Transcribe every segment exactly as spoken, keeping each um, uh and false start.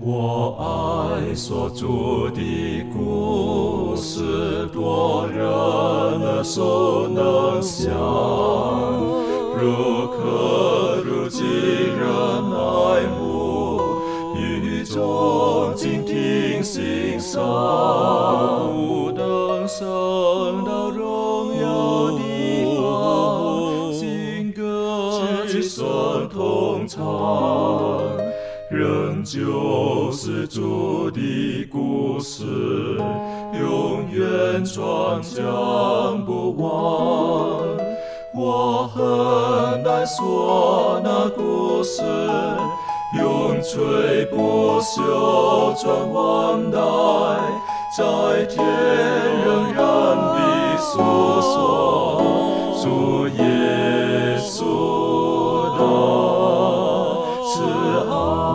我爱所著的故事，多人耳熟能详，如可如今人爱慕，语中静听欣赏，不等升到荣耀地方，新歌之声同唱。仍旧是主的故事，永远传讲不完。我很难说那故事，永垂不朽传万代，在天仍然地诉说主耶稣的慈爱。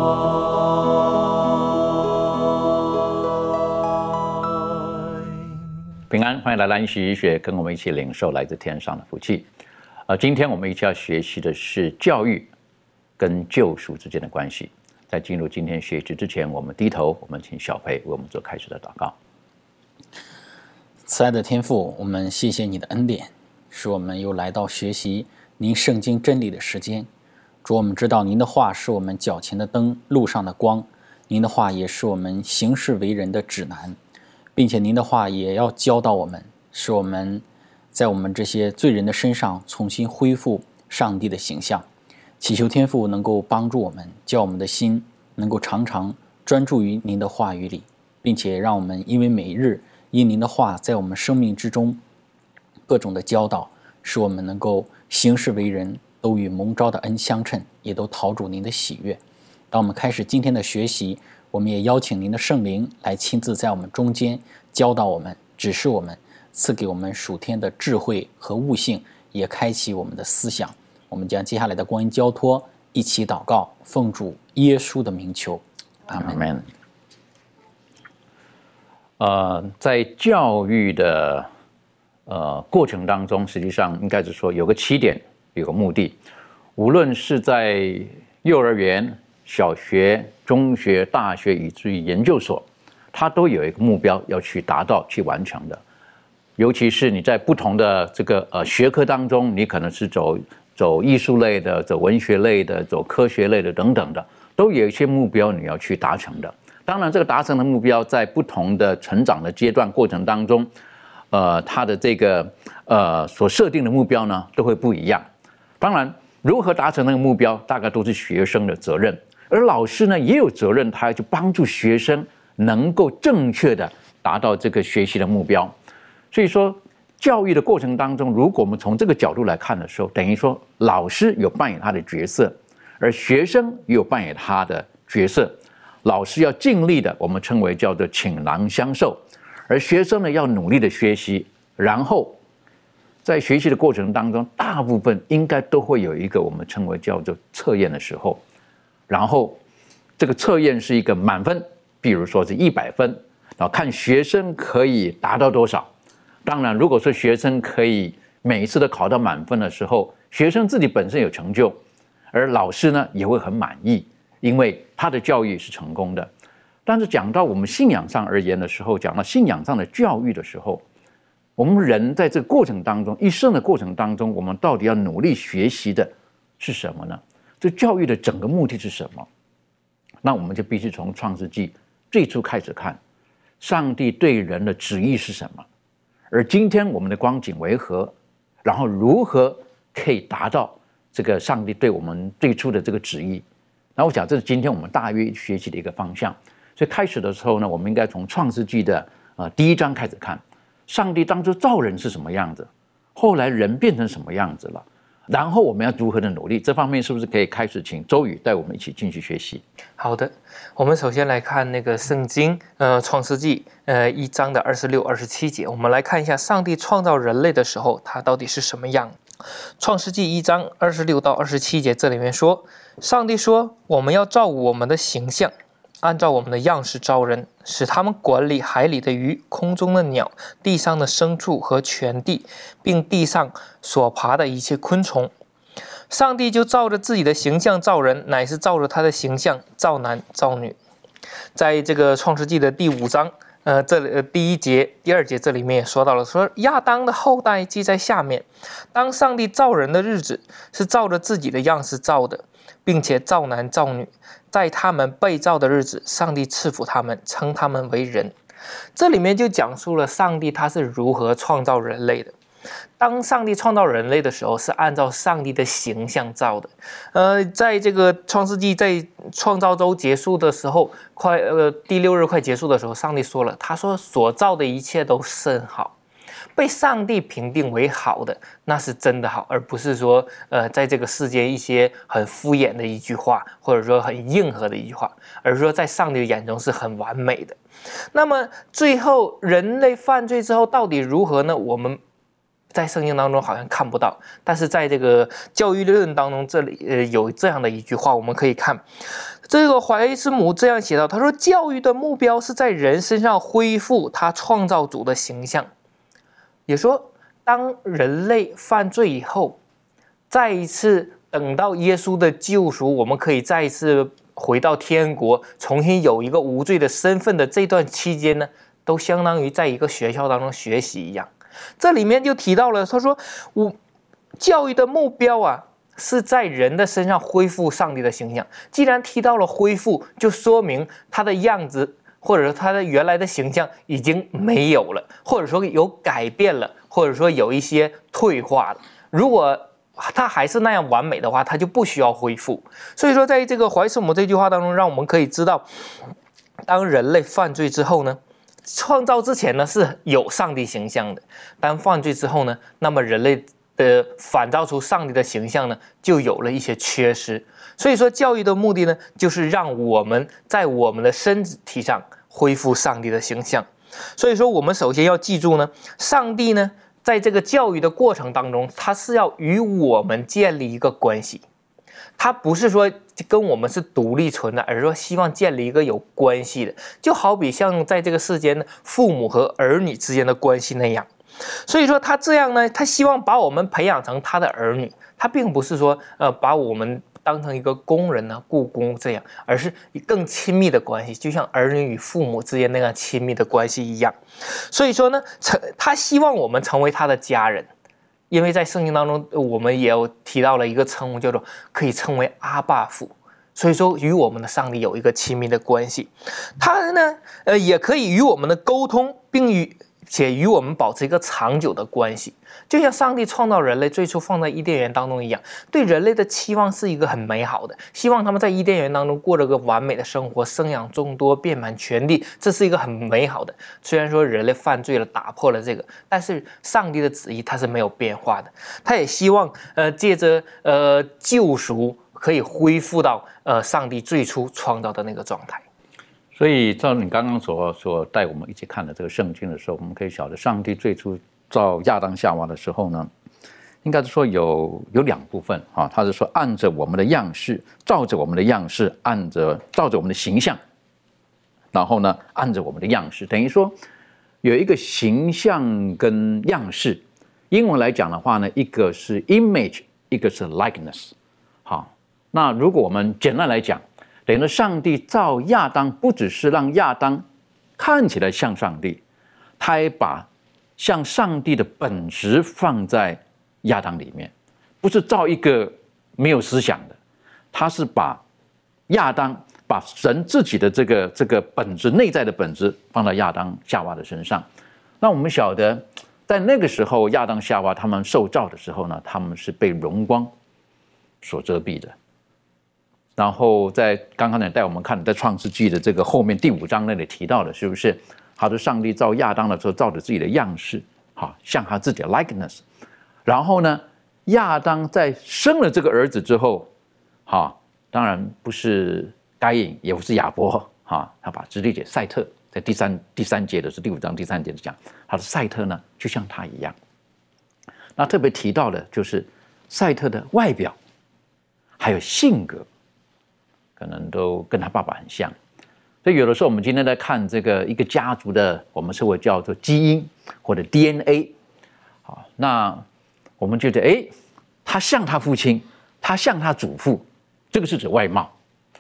平安，欢迎来到安息医学，跟我们一起领受来自天上的福气。呃，今天我们一起要学习的是教育跟救赎之间的关系。在进入今天学习之前，我们低头，我们请小培为我们做开始的祷告。 慈爱的天父，我们谢谢你的恩典，使我们又来到学习您圣经真理的时间。主，我们知道您的话是我们脚前的灯，路上的光，您的话也是我们行事为人的指南，并且您的话也要教导我们，使我们在我们这些罪人的身上重新恢复上帝的形象。祈求天父能够帮助我们，叫我们的心能够常常专注于您的话语里，并且让我们因为每日因您的话在我们生命之中各种的教导，使我们能够行事为人都与蒙召的恩相称，也都讨主您的喜悦。当我们开始今天的学习，我们也邀请您的圣灵来亲自在我们中间教导我们，指示我们，赐给我们属天的智慧和悟性，也开启我们的思想。我们将接下来的光阴交托，一起祷告，奉主耶稣的名求，阿们。 Amen。呃，在教育的呃过程当中，实际上应该是说有个起点，有个目的。无论是在幼儿园、小学、中学、大学，以至于研究所，它都有一个目标要去达到、去完成的。尤其是你在不同的这个呃学科当中，你可能是走走艺术类的、走文学类的、走科学类的等等的，都有一些目标你要去达成的。当然，这个达成的目标在不同的成长的阶段过程当中，呃，它的这个呃所设定的目标呢都会不一样。当然，如何达成那个目标，大概都是学生的责任，而老师呢也有责任，他要去帮助学生能够正确的达到这个学习的目标。所以说，教育的过程当中，如果我们从这个角度来看的时候，等于说老师有扮演他的角色，而学生也有扮演他的角色。老师要尽力的，我们称为叫做倾囊相授，而学生呢要努力的学习，然后在学习的过程当中，大部分应该都会有一个我们称为叫做测验的时候，然后这个测验是一个满分，比如说是一百分，然后看学生可以达到多少。当然，如果说学生可以每一次都考到满分的时候，学生自己本身有成就，而老师呢也会很满意，因为他的教育是成功的。但是讲到我们信仰上而言的时候，讲到信仰上的教育的时候，我们人在这个过程当中，一生的过程当中，我们到底要努力学习的是什么呢？这教育的整个目的是什么？那我们就必须从创世纪最初开始看，上帝对人的旨意是什么，而今天我们的光景为何，然后如何可以达到这个上帝对我们最初的这个旨意。那我想这是今天我们大约学习的一个方向。所以开始的时候呢，我们应该从创世纪的呃第一章开始看，上帝当初造人是什么样子，后来人变成什么样子了，然后我们要如何的努力，这方面是不是可以开始请周宇带我们一起进去学习？ 好的，我们首先来看那个圣经，呃，创世纪，呃，一章的二十六、二十七节，我们来看一下上帝创造人类的时候，他到底是什么样。创世纪一章二十六到二十七节，这里面说，上帝说，我们要照我们的形象，按照我们的样式造人，使他们管理海里的鱼、空中的鸟、地上的牲畜和全地，并地上所爬的一切昆虫。上帝就照着自己的形象造人，乃是照着他的形象造男造女。 在这个创世纪的第五章，呃，这里、呃、第一节、第二节这里面也说到了，说亚当的后代记在下面。当上帝造人的日子，是照着自己的样式造的，并且造男造女。在他们被造的日子，上帝赐福他们，称他们为人。这里面就讲述了上帝他是如何创造人类的。当上帝创造人类的时候，是按照上帝的形象造的。呃，在这个创世纪在创造周结束的时候，快呃第六日快结束的时候，上帝说了，他说所造的一切都甚好。被上帝评定为好的，那是真的好，而不是说，呃，在这个世间一些很敷衍的一句话，或者说很硬核的一句话，而是说在上帝的眼中是很完美的。那么最后人类犯罪之后到底如何呢？我们在圣经当中好像看不到，但是在这个教育论当中，这里呃有这样的一句话，我们可以看。这个怀斯姆这样写道，他说：“教育的目标是在人身上恢复他创造主的形象。”也说，当人类犯罪以后，再一次等到耶稣的救赎，我们可以再一次回到天国，重新有一个无罪的身份的这段期间呢，都相当于在一个学校当中学习一样。这里面就提到了，他说，我教育的目标啊，是在人的身上恢复上帝的形象。既然提到了恢复，就说明他的样子，或者说他的原来的形象已经没有了，或者说有改变了，或者说有一些退化了。如果他还是那样完美的话，他就不需要恢复。所以说，在这个怀斯姆这句话当中，让我们可以知道，当人类犯罪之后呢，创造之前呢是有上帝形象的，当犯罪之后呢，那么人类的反照出上帝的形象呢，就有了一些缺失。所以说，教育的目的呢，就是让我们在我们的身体上恢复上帝的形象。所以说，我们首先要记住呢，上帝呢，在这个教育的过程当中，他是要与我们建立一个关系。他不是说跟我们是独立存在，而是说希望建立一个有关系的，就好比像在这个世间呢，父母和儿女之间的关系那样。所以说他这样呢，他希望把我们培养成他的儿女，他并不是说呃把我们当成一个工人呢、雇工这样，而是更亲密的关系，就像儿女与父母之间那样亲密的关系一样。所以说呢，他希望我们成为他的家人。因为在圣经当中，我们也有提到了一个称呼，叫做可以称为阿爸父，所以说与我们的上帝有一个亲密的关系。他呢，呃，也可以与我们的沟通，并与且与我们保持一个长久的关系。就像上帝创造人类最初放在伊甸园当中一样，对人类的期望是一个很美好的，希望他们在伊甸园当中过着个完美的生活，生养众多，遍满全地，这是一个很美好的。虽然说人类犯罪了，打破了这个，但是上帝的旨意它是没有变化的，他也希望呃借着呃救赎可以恢复到呃上帝最初创造的那个状态。 所以照你刚刚所所带我们一起看的这个圣经的时候，我们可以晓得，上帝最初造亚当夏娃的时候呢，应该是说有有两部分啊，他是说按着我们的样式，照着我们的样式，按着照着我们的形象，然后呢，按着我们的样式，等于说有一个形象跟样式。英文来讲的话呢，一个是 image， 一个是 likeness。好，那如果我们简单来讲，等于说上帝造亚当，不只是让亚当看起来像上帝，他也把像上帝的本质放在亚当里面，不是造一个没有思想的，他是把亚当把神自己的这个这个本质内在的本质放到亚当夏娃的身上。那我们晓得，在那个时候亚当夏娃他们受造的时候呢，他们是被荣光所遮蔽的。然后在刚刚你带我们看在创世纪的这个后面第五章那里提到的，是不是好的上帝造亚当的时候照着自己的样式，好像他自己的 likeness。然后呢，亚当在生了这个儿子之后，好，当然不是该隐，也不是亚伯，哈，他把直隶姐赛特在第三第三节的是第五章第三节的讲，他的赛特呢就像他一样。那特别提到的就是赛特的外表，还有性格。可能都跟他爸爸很像，所以有的时候我们今天在看这个一个家族的，我们是会叫做基因或者 D N A， 好，那我们觉得，哎，他像他父亲，他像他祖父，这个是指外貌。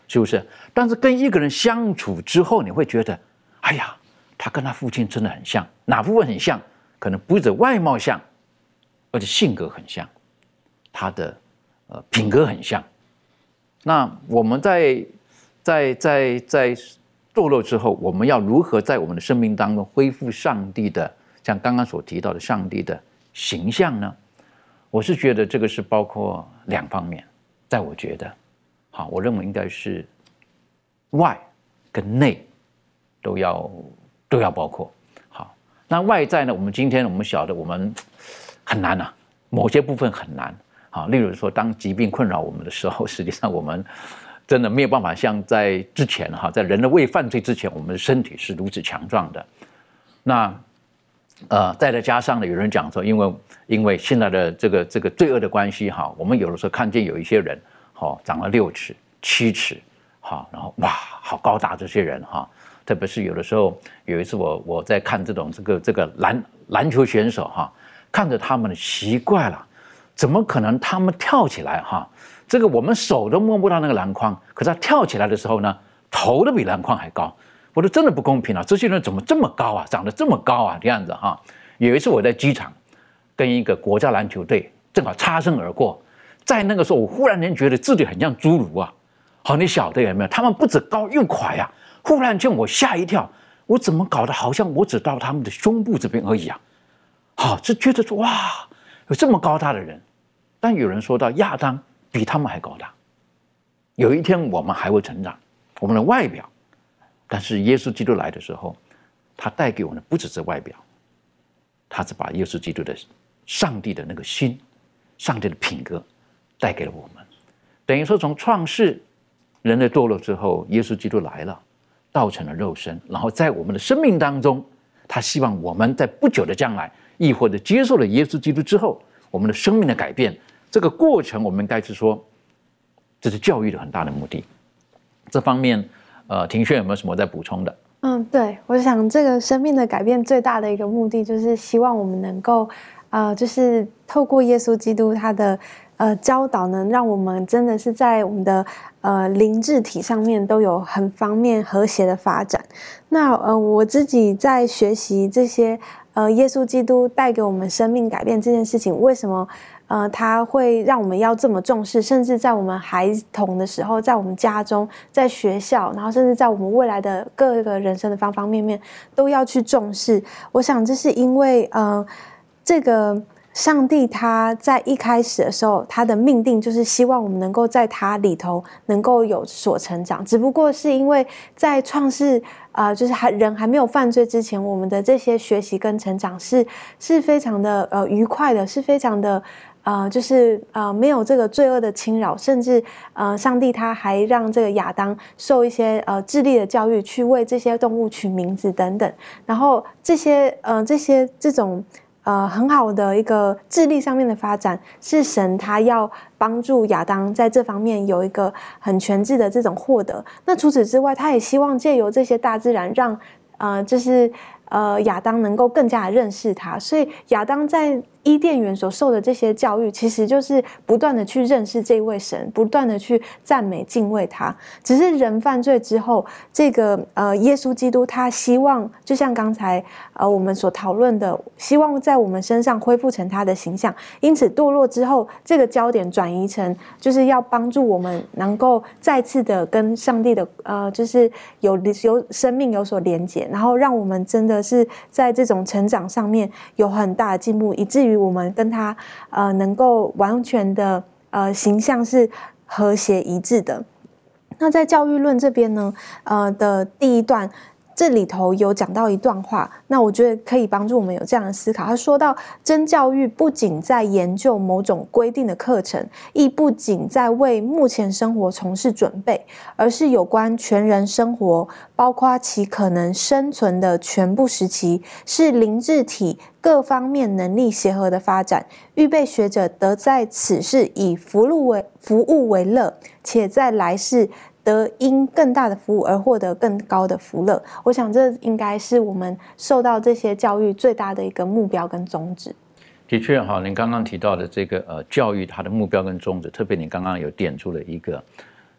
是不是？但是跟一个人相处之后，你会觉得，哎呀，他跟他父亲真的很像，哪部分很像？可能不止外貌像，而且性格很像，他的呃品格很像。那我们在在在在堕落之后，我们要如何在我们的生命当中恢复上帝的，像刚刚所提到的上帝的形象呢？我是觉得这个是包括两方面，在我觉得，好，我认为应该是外跟内都要都要包括。好，那外在呢？我们今天我们晓得我们很难啊，某些部分很难。好，例如说，当疾病困扰我们的时候，实际上我们真的没有办法像在之前哈，在人的未犯罪之前，我们的身体是如此强壮的。那呃，再加上呢，有人讲说，因为因为现在的这个这个罪恶的关系哈，我们有的时候看见有一些人哈，长了六尺、七尺，哈，然后哇，好高大这些人哈。特别是有的时候，有一次我我在看这种这个这个篮篮球选手哈，看着他们的奇怪了。怎么可能他们跳起来哈？这个我们手都摸不到那个篮筐，可是他跳起来的时候呢，头都比篮筐还高。我说真的不公平啊！这些人怎么这么高啊？长得这么高啊？这样子哈。有一次我在机场跟一个国家篮球队正好擦身而过，在那个时候我忽然间觉得自己很像侏儒啊。好，你晓得有没有？他们不止高又快啊！忽然间我吓一跳，我怎么搞得好像我只到他们的胸部这边而已啊？好，就觉得说哇，有这么高大的人。但有人说到亚当比他们还高大，有一天我们还会成长，我们的外表，但是耶稣基督来的时候，他带给我们的不只是外表，他是把耶稣基督的上帝的那个心，上帝的品格带给了我们。等于说从创世人类堕落之后，耶稣基督来了，道成了肉身，然后在我们的生命当中，他希望我们在不久的将来，亦或者接受了耶稣基督之后，我们的生命的改变，这个过程我们该是说，这是教育的很大的目的。这方面，呃，庭轩有没有什么在补充的？ 嗯，对，我想这个生命的改变最大的一个目的，就是希望我们能够，呃，就是透过耶稣基督他的呃教导呢，让我们真的是在我们的呃灵智体上面都有很方面和谐的发展。那呃，我自己在学习这些呃耶稣基督带给我们生命改变这件事情，为什么？呃，他会让我们要这么重视，甚至在我们孩童的时候，在我们家中，在学校，然后甚至在我们未来的各个人生的方方面面，都要去重视。我想这是因为，呃，这个上帝他在一开始的时候，他的命定就是希望我们能够在他里头能够有所成长。只不过是因为在创世，呃，就是还人还没有犯罪之前，我们的这些学习跟成长是是非常的呃愉快的，是非常的。呃，就是呃，没有这个罪恶的侵扰，甚至呃，上帝他还让这个亚当受一些呃智力的教育，去为这些动物取名字等等。然后这些呃这些这种呃很好的一个智力上面的发展，是神他要帮助亚当在这方面有一个很全智的这种获得。那除此之外，他也希望借由这些大自然让呃就是呃亚当能够更加的认识他。所以亚当在伊甸园所受的这些教育，其实就是不断的去认识这位神，不断的去赞美敬畏他。只是人犯罪之后，这个呃耶稣基督他希望，就像刚才呃我们所讨论的，希望在我们身上恢复成他的形象。因此堕落之后，这个焦点转移成，就是要帮助我们能够再次的跟上帝的呃，就是有有生命有所连结，然后让我们真的是在这种成长上面有很大的进步，以至于我们跟他呃能够完全的呃形象是和谐一致的。那在教育论这边呢，呃的第一段。这里头有讲到一段话，那我觉得可以帮助我们有这样的思考。他说到，真教育不仅在研究某种规定的课程，亦不仅在为目前生活从事准备，而是有关全人生活，包括其可能生存的全部时期，是灵智体各方面能力协和的发展，预备学者得在此世以服务为服务为乐，且在来世得因更大的服务而获得更高的福乐。我想这应该是我们受到这些教育最大的一个目标跟宗旨。 的确哈，您刚刚提到的这个呃教育它的目标跟宗旨，特别你刚刚有点出了一个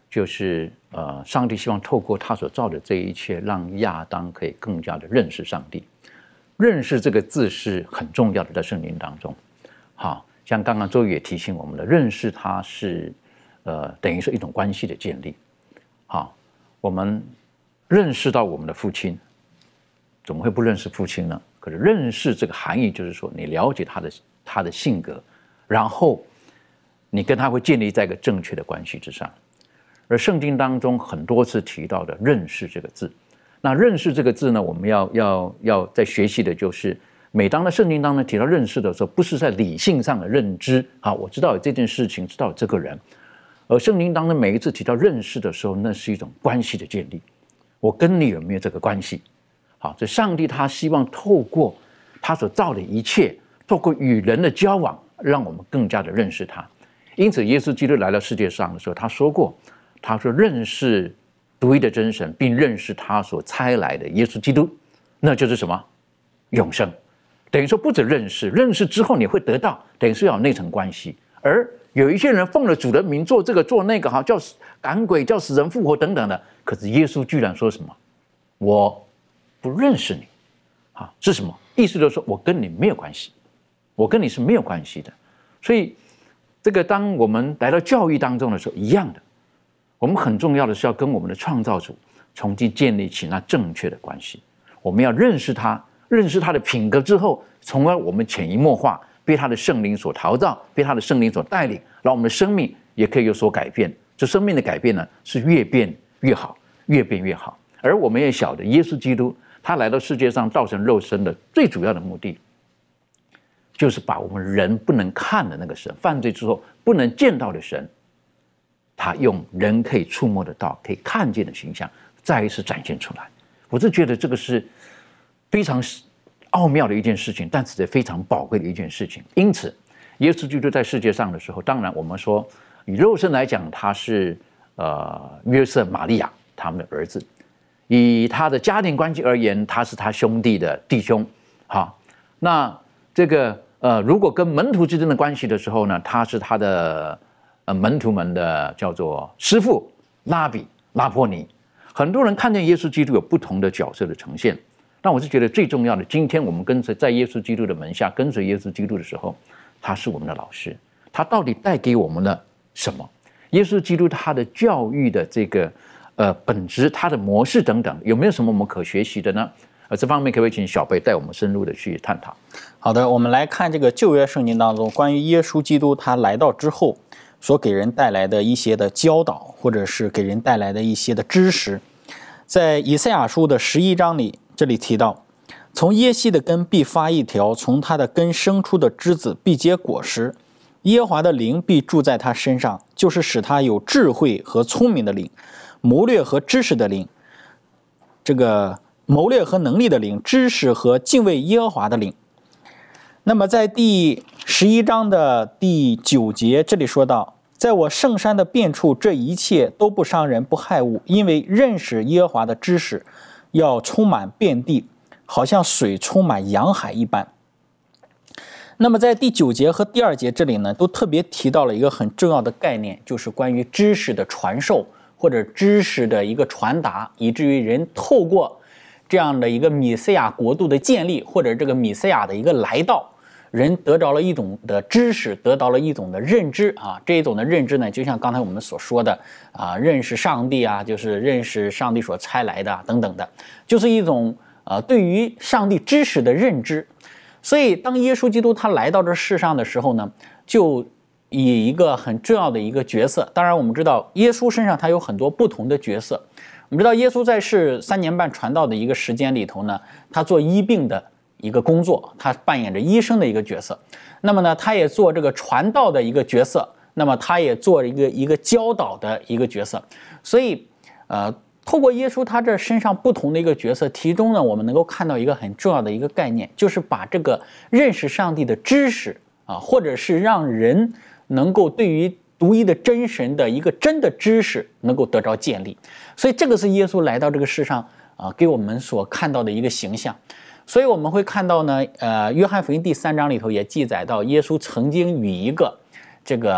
就是呃，上帝希望透过他所造的这一切，让亚当可以更加的认识上帝。认识这个字是很重要的，在圣经当中。好，像刚刚周宇也提醒我们的，认识他是呃，等于是一种关系的建立。好，我们认识到我们的父亲，怎么会不认识父亲呢？可是认识这个含义就是说，你了解他的他的性格，然后你跟他会建立在一个正确的关系之上。而圣经当中很多次提到的认识这个字，那认识这个字呢，我们要要要在学习的就是，每当在圣经当中提到认识的时候，不是在理性上的认知啊，我知道有这件事情，知道有这个人。而圣经当中每一次提到认识的时候，那是一种关系的建立，我跟你有没有这个关系？好，所以上帝他希望透过他所造的一切，透过与人的交往，让我们更加的认识他。因此，耶稣基督来到世界上的时候，他说过。他说：“认识独一的真神，并认识他所差来的耶稣基督，那就是什么？永生。等于说，不止认识，认识之后你会得到，等于是要有那层关系。而有一些人奉了主的名做这个做那个，哈，叫赶鬼，叫死人复活等等的。可是耶稣居然说什么？我不认识你，啊，是什么意思？就是说我跟你没有关系，我跟你是没有关系的。所以，这个当我们来到教育当中的时候，一样的。”我们很重要的是要跟我们的创造主重新建立起那正确的关系。我们要认识他，认识他的品格之后，从而我们潜移默化，被他的圣灵所陶造，被他的圣灵所带领，让我们的生命也可以有所改变。这生命的改变呢，是越变越好，越变越好。而我们也晓得，耶稣基督他来到世界上道成肉身的最主要的目的，就是把我们人不能看的那个神，犯罪之后不能见到的神。他用人可以触摸得到、可以看见的形象，再一次展现出来。我是觉得这个是非常奥妙的一件事情，但是也非常宝贵的一件事情。因此，耶稣基督在世界上的时候，当然我们说以肉身来讲，他是呃约瑟、玛利亚他们的儿子；以他的家庭关系而言，他是他兄弟的弟兄。好，那这个呃，如果跟门徒之间的关系的时候呢，他是他的。门徒们的叫做师父拉比拉波尼，很多人看见耶稣基督有不同的角色的呈现。但我是觉得最重要的，今天我们跟随在耶稣基督的门下，跟随耶稣基督的时候，他是我们的老师，他到底带给我们了什么？耶稣基督他的教育的这个呃本质，他的模式等等，有没有什么我们可学习的呢？呃，这方面可不可以请小贝带我们深入的去探讨？ 好的，我们来看这个旧约圣经当中关于耶稣基督他来到之后。所给人带来的一些的教导，或者是给人带来的一些的知识，在以赛亚书的十一章里，这里提到，从耶西的根必发一条，从他的根生出的枝子必结果实，耶和华的灵必住在他身上，就是使他有智慧和聪明的灵，谋略和知识的灵，这个谋略和能力的灵，知识和敬畏耶和华的灵。那么在第十一章的第九节，这里说到，在我圣山的遍处，这一切都不伤人不害物，因为认识耶和华的知识要充满遍地，好像水充满洋海一般。那么在第九节和第二节这里呢，都特别提到了一个很重要的概念，就是关于知识的传授，或者知识的一个传达，以至于人透过这样的一个米赛亚国度的建立，或者这个米赛亚的一个来到，人得着了一种的知识，得到了一种的认知啊。这一种的认知呢，就像刚才我们所说的啊，认识上帝啊，就是认识上帝所差来的、啊、等等的，就是一种呃对于上帝知识的认知。所以当耶稣基督他来到这世上的时候呢，就以一个很重要的一个角色。当然我们知道耶稣身上他有很多不同的角色。我们知道耶稣在世三年半传道的一个时间里头呢，他做医病的一个工作，他扮演着医生的一个角色。那么呢，他也做这个传道的一个角色，那么他也做一个一个教导的一个角色。所以呃透过耶稣他这身上不同的一个角色，其中呢我们能够看到一个很重要的一个概念，就是把这个认识上帝的知识啊，或者是让人能够对于独一的真神的一个真的知识能够得着建立。所以这个是耶稣来到这个世上啊给我们所看到的一个形象。所以我们会看到呢，呃，约翰福音第三章里头也记载到，耶稣曾经与一个这个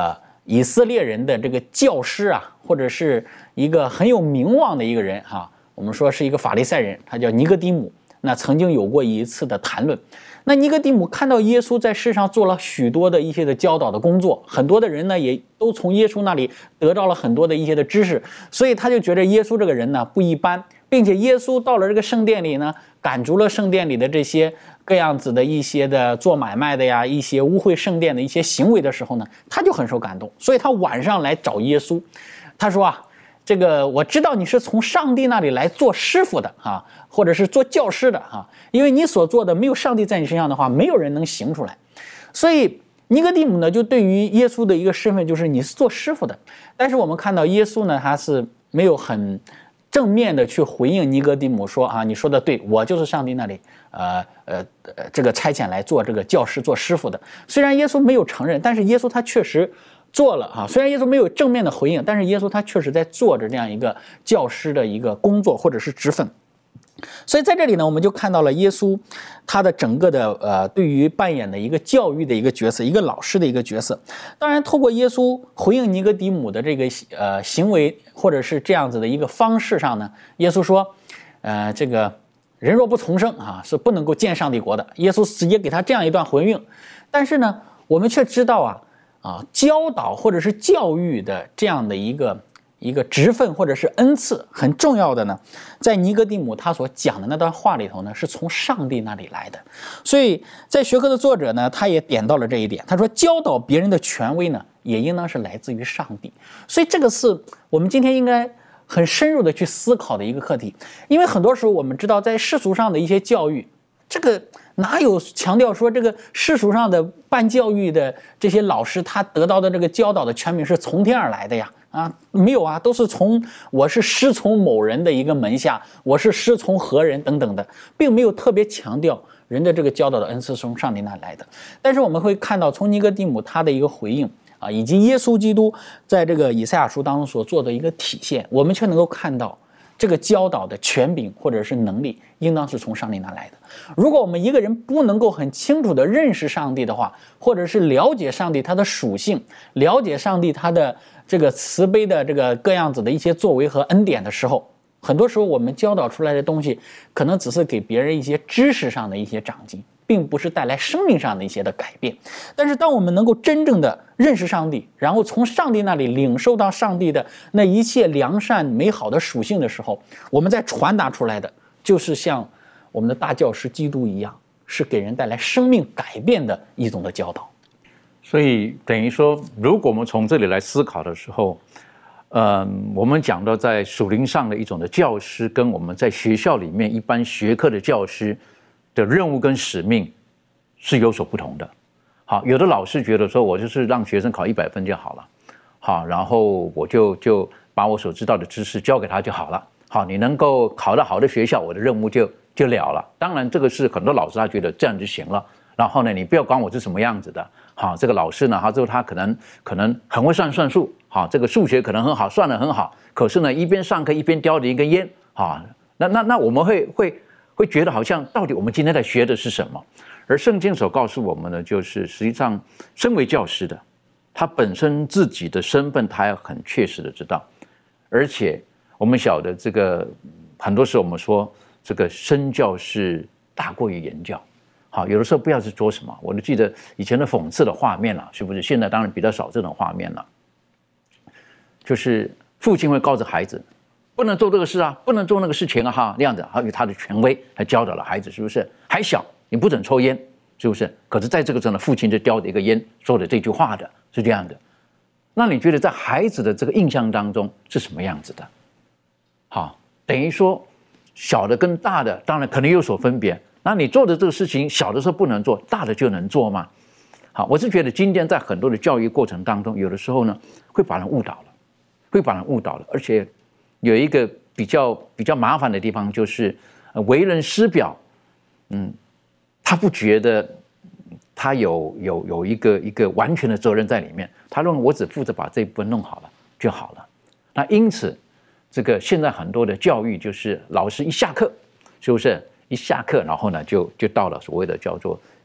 以色列人的这个教师啊，或者是一个很有名望的一个人哈、啊，我们说是一个法利赛人，他叫尼哥底母。那曾经有过一次的谈论。那尼哥底母看到耶稣在世上做了许多的一些的教导的工作，很多的人呢也都从耶稣那里得到了很多的一些的知识，所以他就觉得耶稣这个人呢不一般，并且耶稣到了这个圣殿里呢，赶逐了圣殿里的这些各样子的一些的做买卖的呀，一些污秽圣殿的一些行为的时候呢，他就很受感动，所以他晚上来找耶稣，他说啊，这个我知道你是从上帝那里来做师傅的啊，或者是做教师的啊，因为你所做的没有上帝在你身上的话，没有人能行出来。所以尼哥底母呢，就对于耶稣的一个身份就是你是做师傅的。但是我们看到耶稣呢，他是没有很正面的去回应尼哥底母说啊，你说的对，我就是上帝那里呃呃呃这个差遣来做这个教师做师傅的。虽然耶稣没有承认，但是耶稣他确实做了啊，虽然耶稣没有正面的回应，但是耶稣他确实在做着这样一个教师的一个工作或者是职分。所以在这里呢，我们就看到了耶稣他的整个的呃对于扮演的一个教育的一个角色，一个老师的一个角色。当然，透过耶稣回应尼哥底母的这个呃行为或者是这样子的一个方式上呢，耶稣说，呃这个人若不重生啊，是不能够见上帝国的。耶稣直接给他这样一段回应。但是呢，我们却知道啊。啊，教导或者是教育的这样的一个一个职分或者是恩赐，很重要的呢，在尼哥底母他所讲的那段话里头呢，是从上帝那里来的。所以在学科的作者呢，他也点到了这一点。他说，教导别人的权威呢，也应当是来自于上帝。所以这个是我们今天应该很深入的去思考的一个课题。因为很多时候我们知道，在世俗上的一些教育，这个哪有强调说这个世俗上的办教育的这些老师他得到的这个教导的权柄是从天而来的呀？啊，没有啊，都是从我是师从某人的一个门下，我是师从何人等等的，并没有特别强调人的这个教导的恩赐是从上帝那来的。但是我们会看到，从尼哥底母他的一个回应啊，以及耶稣基督在这个以赛亚书当中所做的一个体现，我们却能够看到这个教导的权柄或者是能力应当是从上帝那来的。如果我们一个人不能够很清楚地认识上帝的话，或者是了解上帝他的属性，了解上帝他的这个慈悲的这个各样子的一些作为和恩典的时候，很多时候我们教导出来的东西可能只是给别人一些知识上的一些长进，并不是带来生命上的一些的改变。但是当我们能够真正的认识上帝，然后从上帝那里领受到上帝的那一切良善美好的属性的时候，我们再传达出来的就是像我们的大教师基督一样，是给人带来生命改变的一种的教导。 所以等于说，如果我们从这里来思考的时候，嗯，我们讲到在属灵上的一种的教师，跟我们在学校里面一般学科的教师的任务跟使命是有所不同的。好，有的老师觉得说，我就是让学生考一百分就好了，好，然后我就就把我所知道的知识教给他就好了。好，你能够考到好的学校，我的任务就就了了。当然，这个是很多老师他觉得这样就行了。然后呢，你不要管我是什么样子的。好，这个老师呢，他之后他可能可能很会算算术，好，这个数学可能很好，算得很好。可是呢，一边上课一边叼着一根烟，啊，那那那我们会会会觉得好像到底我们今天在学的是什么？而圣经所告诉我们的，就是实际上身为教师的，他本身自己的身份，他要很确实的知道。而且我们晓得这个很多时候我们说这个身教是大过于言教。好，有的时候不要是做什么，我都记得以前的讽刺的画面了，是不是？现在当然比较少这种画面了。就是父亲会告诉孩子，不能做这个事啊，不能做那个事情啊，哈，那样子，还有他的权威，他教导了孩子，是不是？还小，你不准抽烟，是不是？可是在这个时候呢，父亲就叼着一个烟说的这句话的，是这样的。那你觉得在孩子的这个印象当中是什么样子的？好，等于说小的跟大的当然可能有所分别。那你做的这个事情，小的时候不能做，大的就能做吗？好，我是觉得今天在很多的教育过程当中，有的时候呢，会把人误导了，会把人误导了。而且有一个比较比较麻烦的地方，就是为人师表，嗯，他不觉得他有有有一个一个完全的责任在里面，他认为我只负责把这一部分弄好了就好了。那因此，这个现在很多的教育就是老师一下课，是不是？一下课，然后呢，就就到了所谓的叫做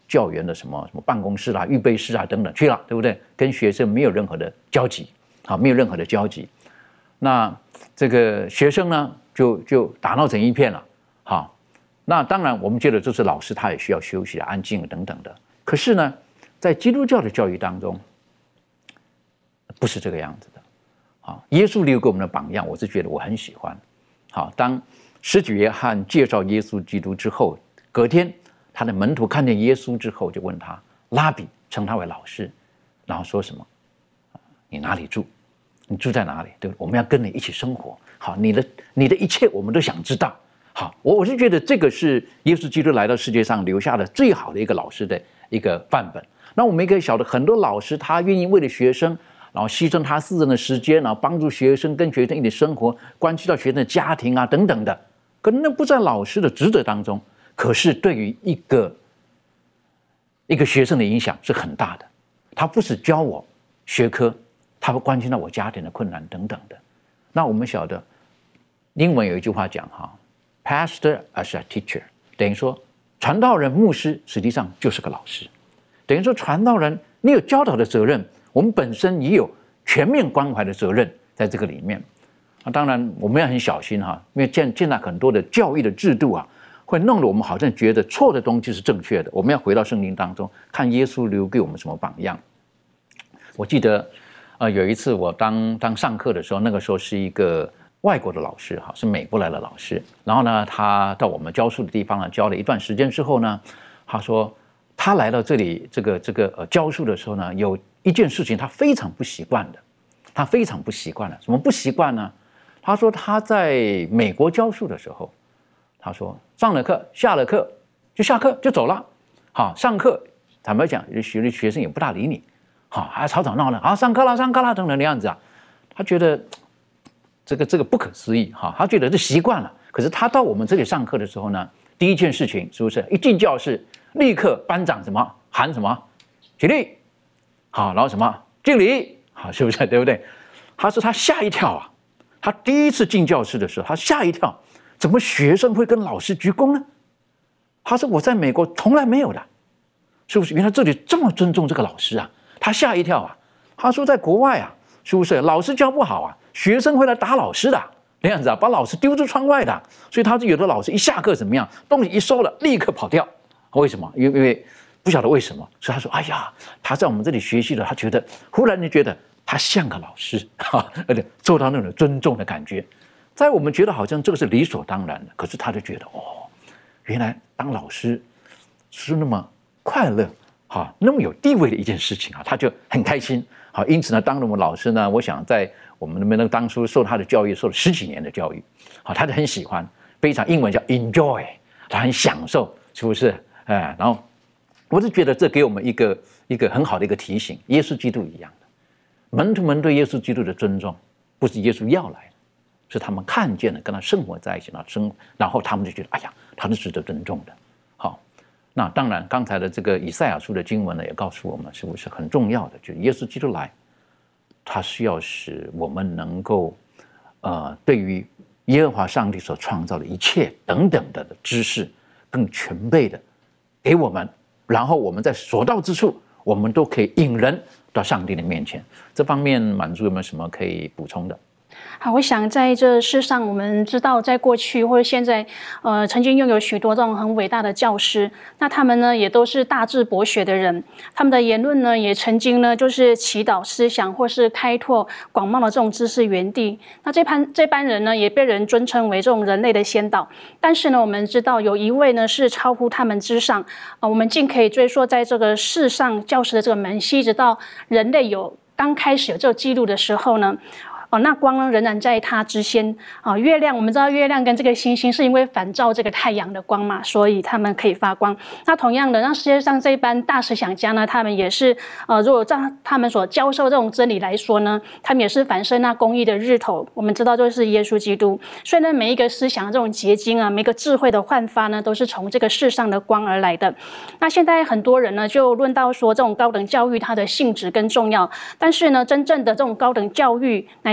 教员的什么什么办公室啦、预备室啊等等去了，对不对？跟学生没有任何的交集，好，没有任何的交集。那这个学生呢，就就打闹成一片了，好。那当然，我们觉得这是老师他也需要休息、安静等等的。可是呢，在基督教的教育当中，不是这个样子的。好，耶稣留给我们的榜样，我是觉得我很喜欢。好，当施洗约翰介绍耶稣基督之后，隔天他的门徒看见耶稣之后，就问他拉比，称他为老师，然后说什么？你哪里住？你住在哪里？对不对？我们要跟你一起生活。好，你的你的一切我们都想知道。好，我我是觉得这个是耶稣基督来到世界上留下的最好的一个老师的一个范本。那我们也可以晓得，很多老师他愿意为了学生，然后牺牲他私人的时间，然后帮助学生跟学生一起生活，关系到学生的家庭啊等等的，可能那不在老师的职责当中。可是对于一个一个学生的影响是很大的。他不是教我学科，他会关心到我家庭的困难等等的。那我们晓得，英文有一句话讲哈。Pastor as a teacher， 等于说传道人、牧师实际上就是个老师。等于说传道人，你有教导的责任，我们本身也有全面关怀的责任在这个里面。啊，当然我们要很小心哈，因为现现在很多的教育的制度啊，会弄得我们好像觉得错的东西是正确的。我们要回到圣经当中，看耶稣留给我们什么榜样。我记得，呃，有一次我当当上课的时候，那个时候是一个外国的老师哈，是美国来的老师。然后呢，他到我们教书的地方呢，教了一段时间之后呢，他说他来到这里这个这个呃教书的时候呢，有一件事情他非常不习惯的，他非常不习惯了。什么不习惯呢？他说他在美国教书的时候，他说上了课下了课就下课就走了，好，上课坦白讲，学学生也不大理你，好，还吵吵闹闹，好，上课了上课了等等的样子啊，他觉得。这个这个不可思议哈，他觉得是习惯了。可是他到我们这里上课的时候呢，第一件事情是不是一进教室，立刻班长什么喊什么，起立，好，然后什么敬礼，好，是不是对不对？他说他吓一跳啊，他第一次进教室的时候，他吓一跳，怎么学生会跟老师鞠躬呢？他说我在美国从来没有的，是不是？原来这里这么尊重这个老师啊，他吓一跳啊。他说在国外啊，是不是老师教不好啊？学生会来打老师的那样子啊，把老师丢出窗外的。所以他有的老师一下课怎么样，东西一收了，立刻跑掉。为什么？因为因为不晓得为什么。所以他说：“哎呀，他在我们这里学习了，他觉得忽然就觉得他像个老师，哈，而且受到那种尊重的感觉。在我们觉得好像这个是理所当然的，可是他就觉得哦，原来当老师是那么快乐，哈，那么有地位的一件事情啊，他就很开心。好，因此呢，当了我们老师呢，我想在我们那边呢，当初受他的教育，受了十几年的教育，好，他就很喜欢，非常英文叫 enjoy， 他很享受，是不是？哎，然后我是觉得这给我们一个一个很好的一个提醒，耶稣基督一样的，门徒们对耶稣基督的尊重，不是耶稣要来的，是他们看见了，跟他生活在一起，然后生，然后他们就觉得，哎呀，他是值得尊重的。好，那当然，刚才的这个以赛亚书的经文呢，也告诉我们，是不是很重要的？就是耶稣基督来。它需要使我们能够，呃，对于耶和华上帝所创造的一切等等的知识，更全备的给我们，然后我们在所到之处，我们都可以引人到上帝的面前。这方面，满足有没有什么可以补充的？ 好，我想在这世上，我们知道，在过去或者现在，呃，曾经拥有许多这种很伟大的教师，那他们呢，也都是大智博学的人，他们的言论呢，也曾经呢，就是祈祷思想或是开拓广袤的这种知识园地。那这班这班人呢，也被人尊称为这种人类的先导。但是呢，我们知道有一位呢，是超乎他们之上，呃，我们尽可以追溯在这个世上教师的这个门隙，直到人类有刚开始有这个记录的时候呢。哦，那光呢仍然在它之先啊、哦。月亮，我们知道月亮跟这个星星是因为反照这个太阳的光嘛，所以它们可以发光。那同样的，让世界上这一班大思想家呢，他们也是呃，如果照他们所教授这种真理来说呢，他们也是反射那公义的日头。我们知道就是耶稣基督。所以呢，每一个思想这种结晶啊，每个智慧的焕发呢，都是从这个世上的光而来的。那现在很多人呢，就论到说这种高等教育它的性质跟重要，但是呢，真正的这种高等教育乃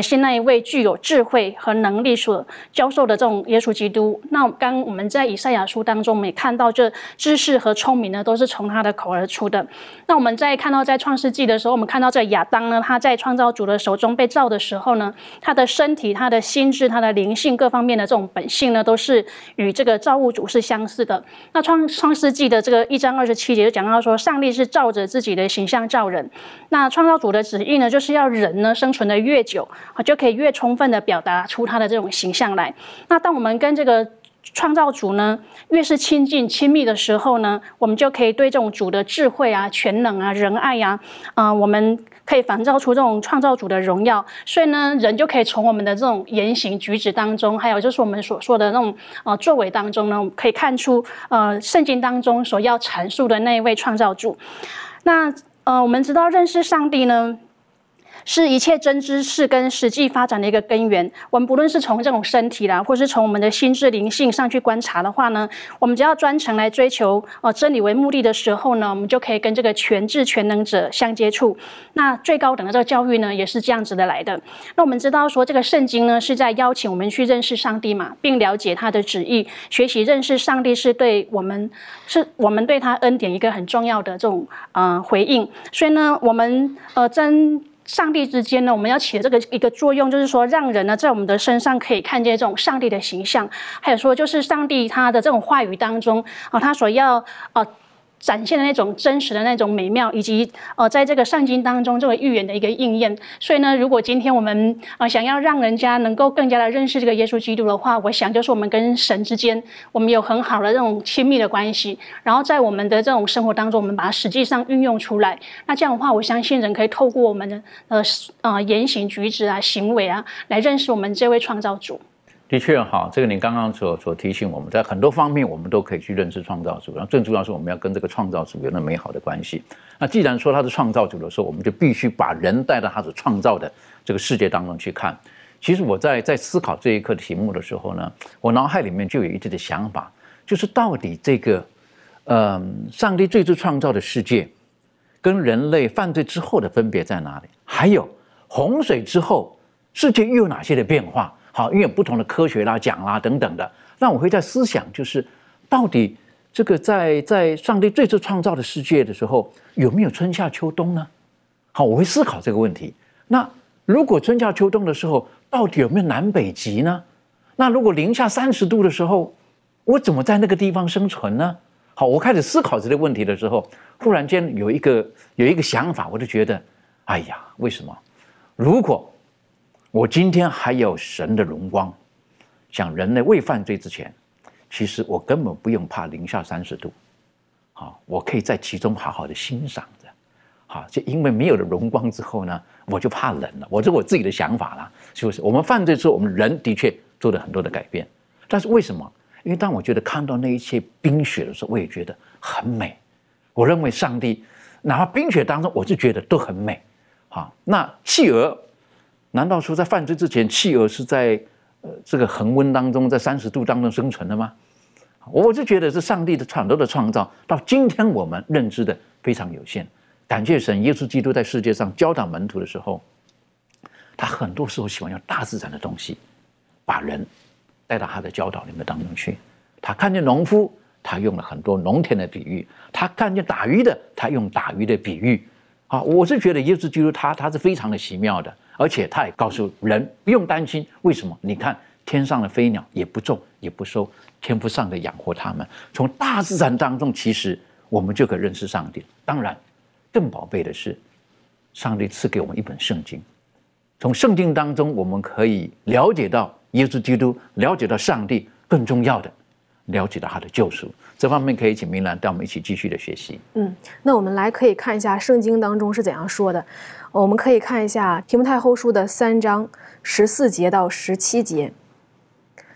是那一位具有智慧和能力所教授的这种耶稣基督。那刚我们在以赛亚书当中，我们也看到这知识和聪明呢，都是从他的口而出的。那我们在看到在创世纪的时候，我们看到这亚当呢，他在创造主的手中被造的时候呢，他的身体、他的心智、他的灵性各方面的这种本性呢，都是与这个造物主是相似的。那创创世纪的这个一章二十七节就讲到说，上帝是照着自己的形象造人。那创造主的旨意呢，就是要人呢生存的越久，就可以越充分的表达出他的这种形象来。那当我们跟这个创造主呢越是亲近亲密的时候呢，我们就可以对这种主的智慧啊、全能啊、仁爱啊，啊、呃，我们可以反照出这种创造主的荣耀。所以呢，人就可以从我们的这种言行举止当中，还有就是我们所说的那种呃作为当中呢，我们可以看出呃圣经当中所要阐述的那一位创造主。那呃，我们知道认识上帝呢，是一切真知识跟实际发展的一个根源。我们不论是从这种身体啦，或是从我们的心智灵性上去观察的话呢，我们只要专程来追求呃真理为目的的时候呢，我们就可以跟这个全智全能者相接触。那最高等的这个教育呢，也是这样子的来的。那我们知道说，这个圣经呢是在邀请我们去认识上帝嘛，并了解他的旨意，学习认识上帝是对我们是我们对他恩典一个很重要的这种呃回应。所以呢，我们呃真。上帝之间呢，我们要起的这个一个作用，就是说让人呢在我们的身上可以看见这种上帝的形象，还有说就是上帝他的这种话语当中啊，他所要啊展现的那种真实的那种美妙，以及呃在这个圣经当中这个预言的一个应验。所以呢，如果今天我们呃想要让人家能够更加的认识这个耶稣基督的话，我想就是我们跟神之间我们有很好的这种亲密的关系，然后在我们的这种生活当中，我们把它实际上运用出来。那这样的话，我相信人可以透过我们的呃呃言行举止啊、行为啊，来认识我们这位创造主。 的确哈，这个你刚刚所所提醒我们，在很多方面我们都可以去认识创造主，然后最重要是我们要跟这个创造主有那美好的关系。那既然说他是创造主的时候，我们就必须把人带到他所创造的这个世界当中去看。其实我在在思考这一课的题目的时候呢，我脑海里面就有一定的想法，就是到底这个，呃，上帝最初创造的世界，跟人类犯罪之后的分别在哪里？还有洪水之后，世界又有哪些的变化？好，因为有不同的科学啦、讲啦等等的，那我会在思想，就是到底这个在在上帝最初创造的世界的时候，有没有春夏秋冬呢？好，我会思考这个问题。那如果春夏秋冬的时候，到底有没有南北极呢？那如果零下三十度的时候，我怎么在那个地方生存呢？好，我开始思考这个问题的时候，忽然间有一个有一个想法，我就觉得，哎呀，为什么？如果我今天还有神的荣光，像人类未犯罪之前，其实我根本不用怕零下三十度，好，我可以在其中好好的欣赏着，好，就因为没有了荣光之后呢，我就怕冷了，我这我自己的想法啦，是不是？我们犯罪之后，我们人的确做了很多的改变，但是为什么？因为当我觉得看到那一切冰雪的时候，我也觉得很美。我认为上帝，哪怕冰雪当中，我就觉得都很美。好，那企鹅。难道说在犯罪之前，企鹅是在呃这个恒温当中，在三十度当中生存的吗？我就觉得是上帝的很多的创造，到今天我们认知的非常有限。感谢神，耶稣基督在世界上教导门徒的时候，他很多时候喜欢用大自然的东西，把人带到他的教导里面当中去。他看见农夫，他用了很多农田的比喻；他看见打鱼的，他用打鱼的比喻。啊，我是觉得耶稣基督他他是非常的奇妙的。而且他也告诉人不用担心，为什么？你看天上的飞鸟也不种也不收，天父上帝养活他们。从大自然当中，其实我们就可以认识上帝。当然，更宝贝的是，上帝赐给我们一本圣经。从圣经当中，我们可以了解到耶稣基督，了解到上帝，更重要的，了解到他的救赎。这方面可以请明兰带我们一起继续的学习。 嗯，那我们来可以看一下圣经当中是怎样说的。我们可以看一下提摩太后书的三章十四节到十七节。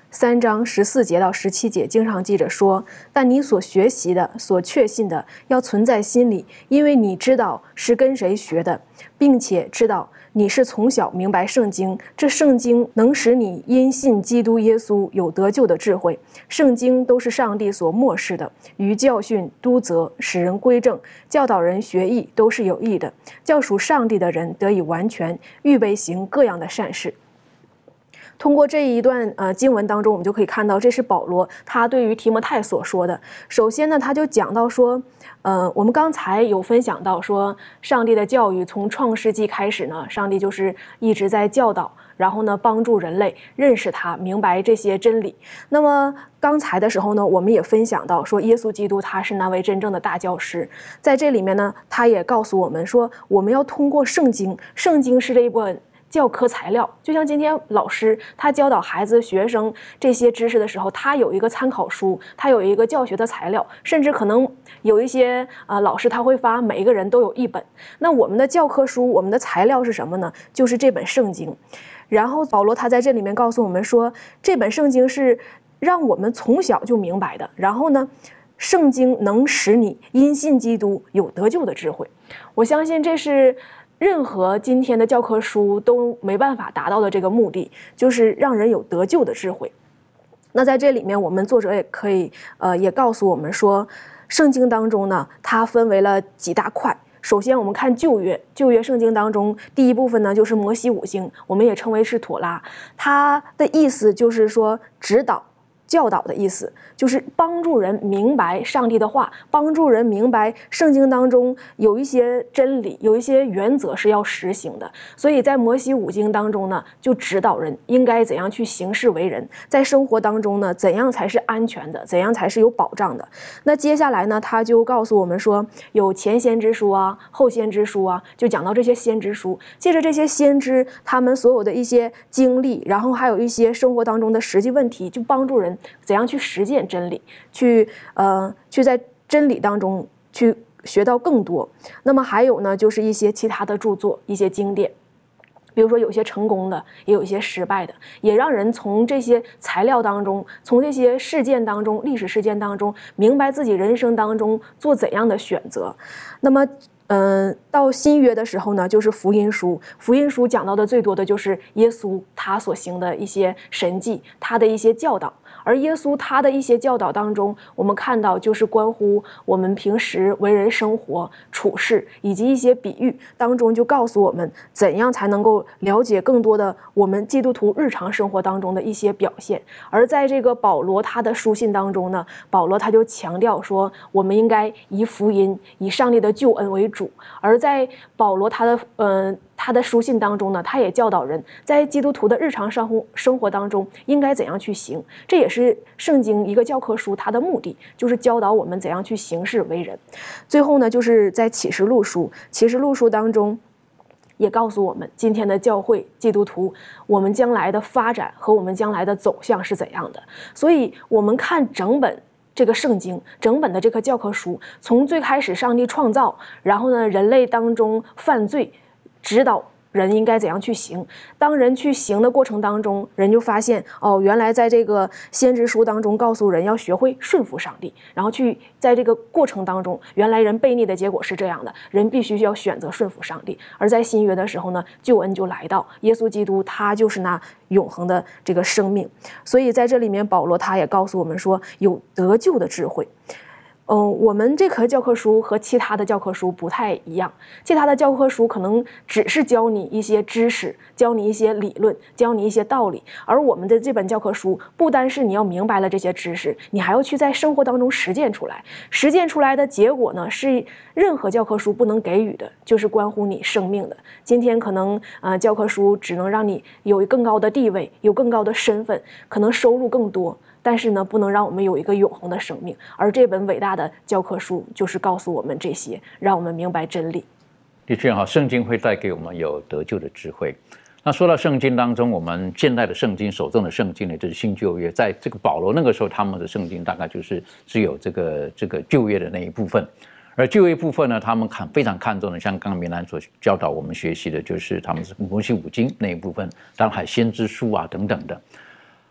三章十四节到十七节经上记着说：但你所学习的、所确信的，要存在心里，因为你知道是跟谁学的，并且知道你是从小明白圣经，这圣经能使你因信基督耶稣有得救的智慧。圣经都是上帝所默示的，于教训、督责、使人归正、教导人学义，都是有益的，叫属上帝的人得以完全，预备行各样的善事。通过这一段呃经文当中，我们就可以看到，这是保罗他对于提摩太所说的。首先呢，他就讲到说，呃，我们刚才有分享到说，上帝的教育从创世纪开始呢，上帝就是一直在教导，然后呢，帮助人类认识他，明白这些真理。那么刚才的时候呢，我们也分享到说，耶稣基督他是那位真正的大教师。在这里面呢，他也告诉我们说，我们要通过圣经，圣经是这一本教科材料，就像今天老师他教导孩子学生这些知识的时候，他有一个参考书，他有一个教学的材料，甚至可能有一些呃老师他会发每一个人都有一本。那我们的教科书，我们的材料是什么呢？就是这本圣经。然后保罗他在这里面告诉我们说，这本圣经是让我们从小就明白的。然后呢，圣经能使你因信基督有得救的智慧。我相信这是任何今天的教科书都没办法达到的这个目的，就是让人有得救的智慧。那在这里面，我们作者也可以呃也告诉我们说，圣经当中呢，它分为了几大块。首先我们看旧约，旧约圣经当中第一部分呢就是摩西五经，我们也称为是妥拉，它的意思就是说指导、教导的意思，就是帮助人明白上帝的话，帮助人明白圣经当中有一些真理，有一些原则是要实行的。所以在摩西五经当中呢，就指导人应该怎样去行事为人，在生活当中呢，怎样才是安全的，怎样才是有保障的。那接下来呢，他就告诉我们说，有前先知书啊，后先知书啊，就讲到这些先知书，借着这些先知他们所有的一些经历，然后还有一些生活当中的实际问题，就帮助人怎样去实践真理，去呃去在真理当中去学到更多。那么还有呢，就是一些其他的著作，一些经典，比如说有些成功的，也有一些失败的，也让人从这些材料当中，从这些事件当中，历史事件当中，明白自己人生当中做怎样的选择。那么嗯，到新约的时候呢，就是福音书。福音书讲到的最多的就是耶稣他所行的一些神迹，他的一些教导。而耶稣他的一些教导当中，我们看到就是关乎我们平时为人生活处事，以及一些比喻当中，就告诉我们怎样才能够了解更多的我们基督徒日常生活当中的一些表现。而在这个保罗他的书信当中呢，保罗他就强调说，我们应该以福音、以上帝的救恩为主。而在保罗他的呃他的书信当中呢，他也教导人在基督徒的日常生活生活当中应该怎样去行。这也是圣经一个教科书它的目的，就是教导我们怎样去行事为人。最后呢，就是在启示录书，启示录书当中也告诉我们今天的教会基督徒，我们将来的发展和我们将来的走向是怎样的。所以我们看整本这个圣经，整本的这个教科书，从最开始上帝创造，然后呢人类当中犯罪，指导人应该怎样去行。当人去行的过程当中，人就发现哦，原来在这个先知书当中告诉人要学会顺服上帝，然后去在这个过程当中，原来人悖逆的结果是这样的，人必须要选择顺服上帝。而在新约的时候呢，救恩就来到，耶稣基督他就是那永恒的这个生命。所以在这里面保罗他也告诉我们说，有得救的智慧。嗯，我们这颗教科书和其他的教科书不太一样，其他的教科书可能只是教你一些知识，教你一些理论，教你一些道理，而我们的这本教科书不单是你要明白了这些知识，你还要去在生活当中实践出来。实践出来的结果呢，是任何教科书不能给予的，就是关乎你生命的。今天可能呃教科书只能让你有更高的地位，有更高的身份，可能收入更多，但是呢，不能让我们有一个永恒的生命。而这本伟大的教科书就是告诉我们这些，让我们明白真理。 的确哈，圣经会带给我们有得救的智慧。那说到圣经当中，我们现代的圣经手中的圣经呢，就是新旧约。在这个保罗那个时候，他们的圣经大概就是只有这个这个旧约的那一部分。而旧约部分呢，他们看非常看重的，像刚刚明兰所教导我们学习的，就是他们是摩西五经那一部分，当然还先知书啊等等的。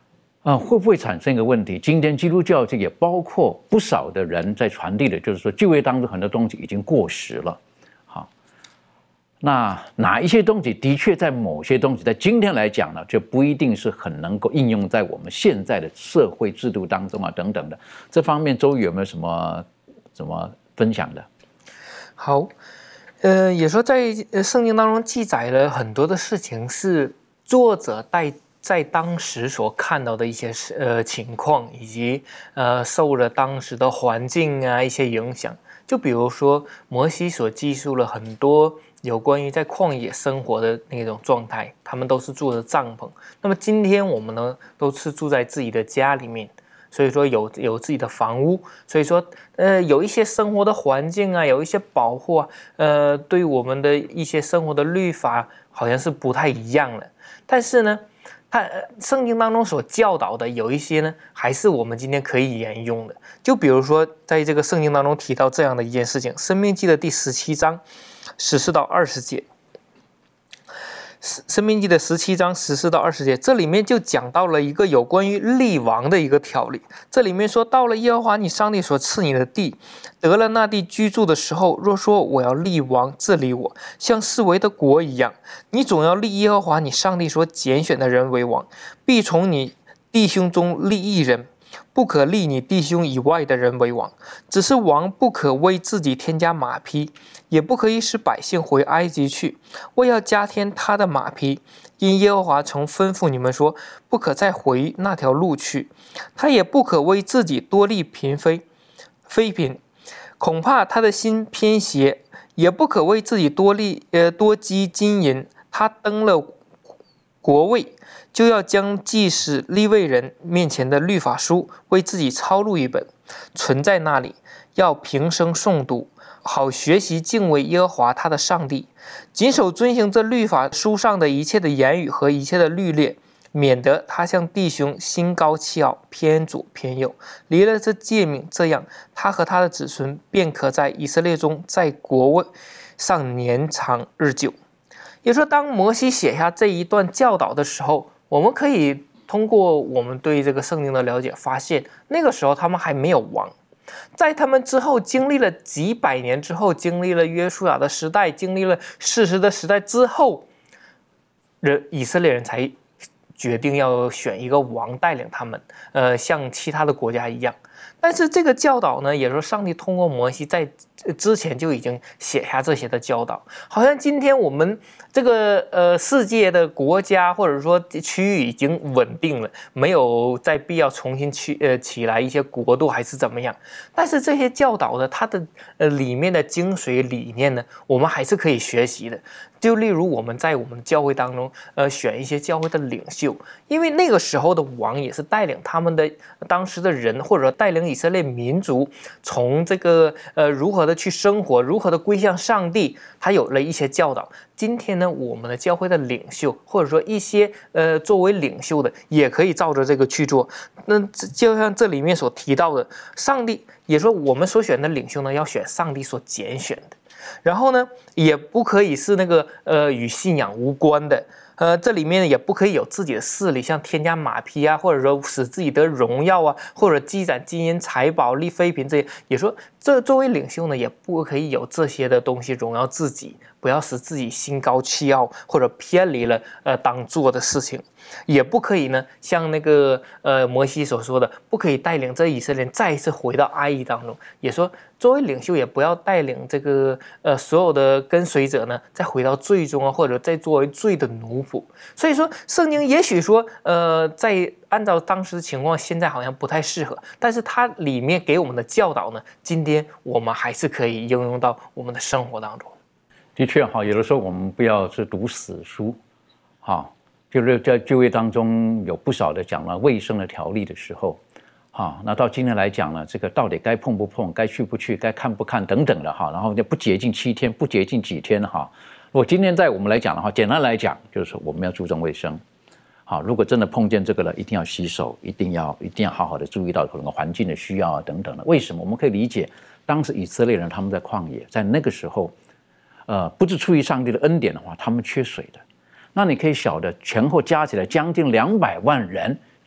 呃，会不会产生一个问题？今天基督教这也包括不少的人在传递的，就是说旧约当中很多东西已经过时了。好，那哪一些东西的确在某些东西在今天来讲呢，就不一定是很能够应用在我们现在的社会制度当中啊，等等的。这方面周瑜有没有什么什么分享的？ 好，呃，也说在圣经当中记载了很多的事情是作者带。在当时所看到的一些呃情况，以及呃受了当时的环境啊一些影响，就比如说摩西所记述了很多有关于在旷野生活的那种状态，他们都是住着帐篷。那么今天我们呢，都是住在自己的家里面，所以说有有自己的房屋，所以说呃有一些生活的环境啊，有一些保护啊，呃对我们的一些生活的律法好像是不太一样了，但是呢。他圣经当中所教导的有一些呢，还是我们今天可以沿用的。就比如说，在这个圣经当中提到这样的一件事情，《申命记》的第十七章十四到二十节，《申命记》的十七章十四到二十节，这里面就讲到了一个有关于立王的一个条例。这里面说，到了耶和华你上帝所赐你的地，得了那地居住的时候，若说我要立王治理我，像四围的国一样，你总要立耶和华你上帝所拣选的人为王，必从你弟兄中立一人，不可立你弟兄以外的人为王。只是王不可为自己添加马匹，也不可以使百姓回埃及去，为要加添他的马匹。因耶和华曾吩咐你们说，不可再回那条路去。他也不可为自己多立嫔妃妃嫔，恐怕他的心偏邪；也不可为自己多立呃多积金银。他登了国位，就要将祭司利未人面前的律法书为自己抄录一本，存在那里，要平生诵读，好学习敬畏耶和华他的上帝，谨守遵行这律法书上的一切的言语和一切的律例，免得他向弟兄心高气傲，偏左偏右，离了这诫命，这样他和他的子孙便可在以色列中在国位上年长日久。也说，当摩西写下这一段教导的时候，我们可以通过我们对这个圣经的了解，发现那个时候他们还没有王。在他们之后经历了几百年之后，经历了约书亚的时代，经历了士师的时代之后，人以色列人才决定要选一个王带领他们，呃，像其他的国家一样。但是这个教导呢，也说上帝通过摩西在之前就已经写下这些的教导。好像今天我们这个呃世界的国家或者说区域已经稳定了，没有再必要重新去呃起来一些国度还是怎么样。但是这些教导呢，它的呃里面的精髓理念呢，我们还是可以学习的。就例如我们在我们教会当中，呃，选一些教会的领袖，因为那个时候的王也是带领他们的当时的人，或者带领以色列民族从这个呃如何的去生活，如何的归向上帝，他有了一些教导。今天呢，我们的教会的领袖，或者说一些呃作为领袖的，也可以照着这个去做。那就像这里面所提到的，上帝也说我们所选的领袖呢，要选上帝所拣选的。然后呢，也不可以是那个呃与信仰无关的，呃，这里面也不可以有自己的势力，像添加马匹啊，或者说使自己得荣耀啊，或者积攒金银财宝、立妃嫔这些。也说这作为领袖呢，也不可以有这些的东西荣耀自己，不要使自己心高气傲，或者偏离了呃当做的事情。也不可以呢，像那个呃摩西所说的，不可以带领这以色列人再一次回到埃及当中。也说作为领袖，也不要带领这个呃所有的跟随者呢，再回到罪中啊，或者再作为罪的奴仆。所以说，圣经也许说呃在按照当时的情况，现在好像不太适合，但是它里面给我们的教导呢，今天我们还是可以应用到我们的生活当中。 的确哈，有的时候我们不要是读死书，哈。就是在就业当中有不少的讲了卫生的条例的时候，哈，那到今天来讲呢，这个到底该碰不碰，该去不去，该看不看等等的哈，然后就不洁净七天，不洁净几天哈。如果今天在我们来讲的话，简单来讲就是说我们要注重卫生，好，如果真的碰见这个了，一定要洗手，一定要一定要好好的注意到可能环境的需要啊等等的。为什么？我们可以理解，当时以色列人他们在旷野，在那个时候，呃，不是出于上帝的恩典的话，他们缺水的。那你可以晓得，前后加起来将近两百万人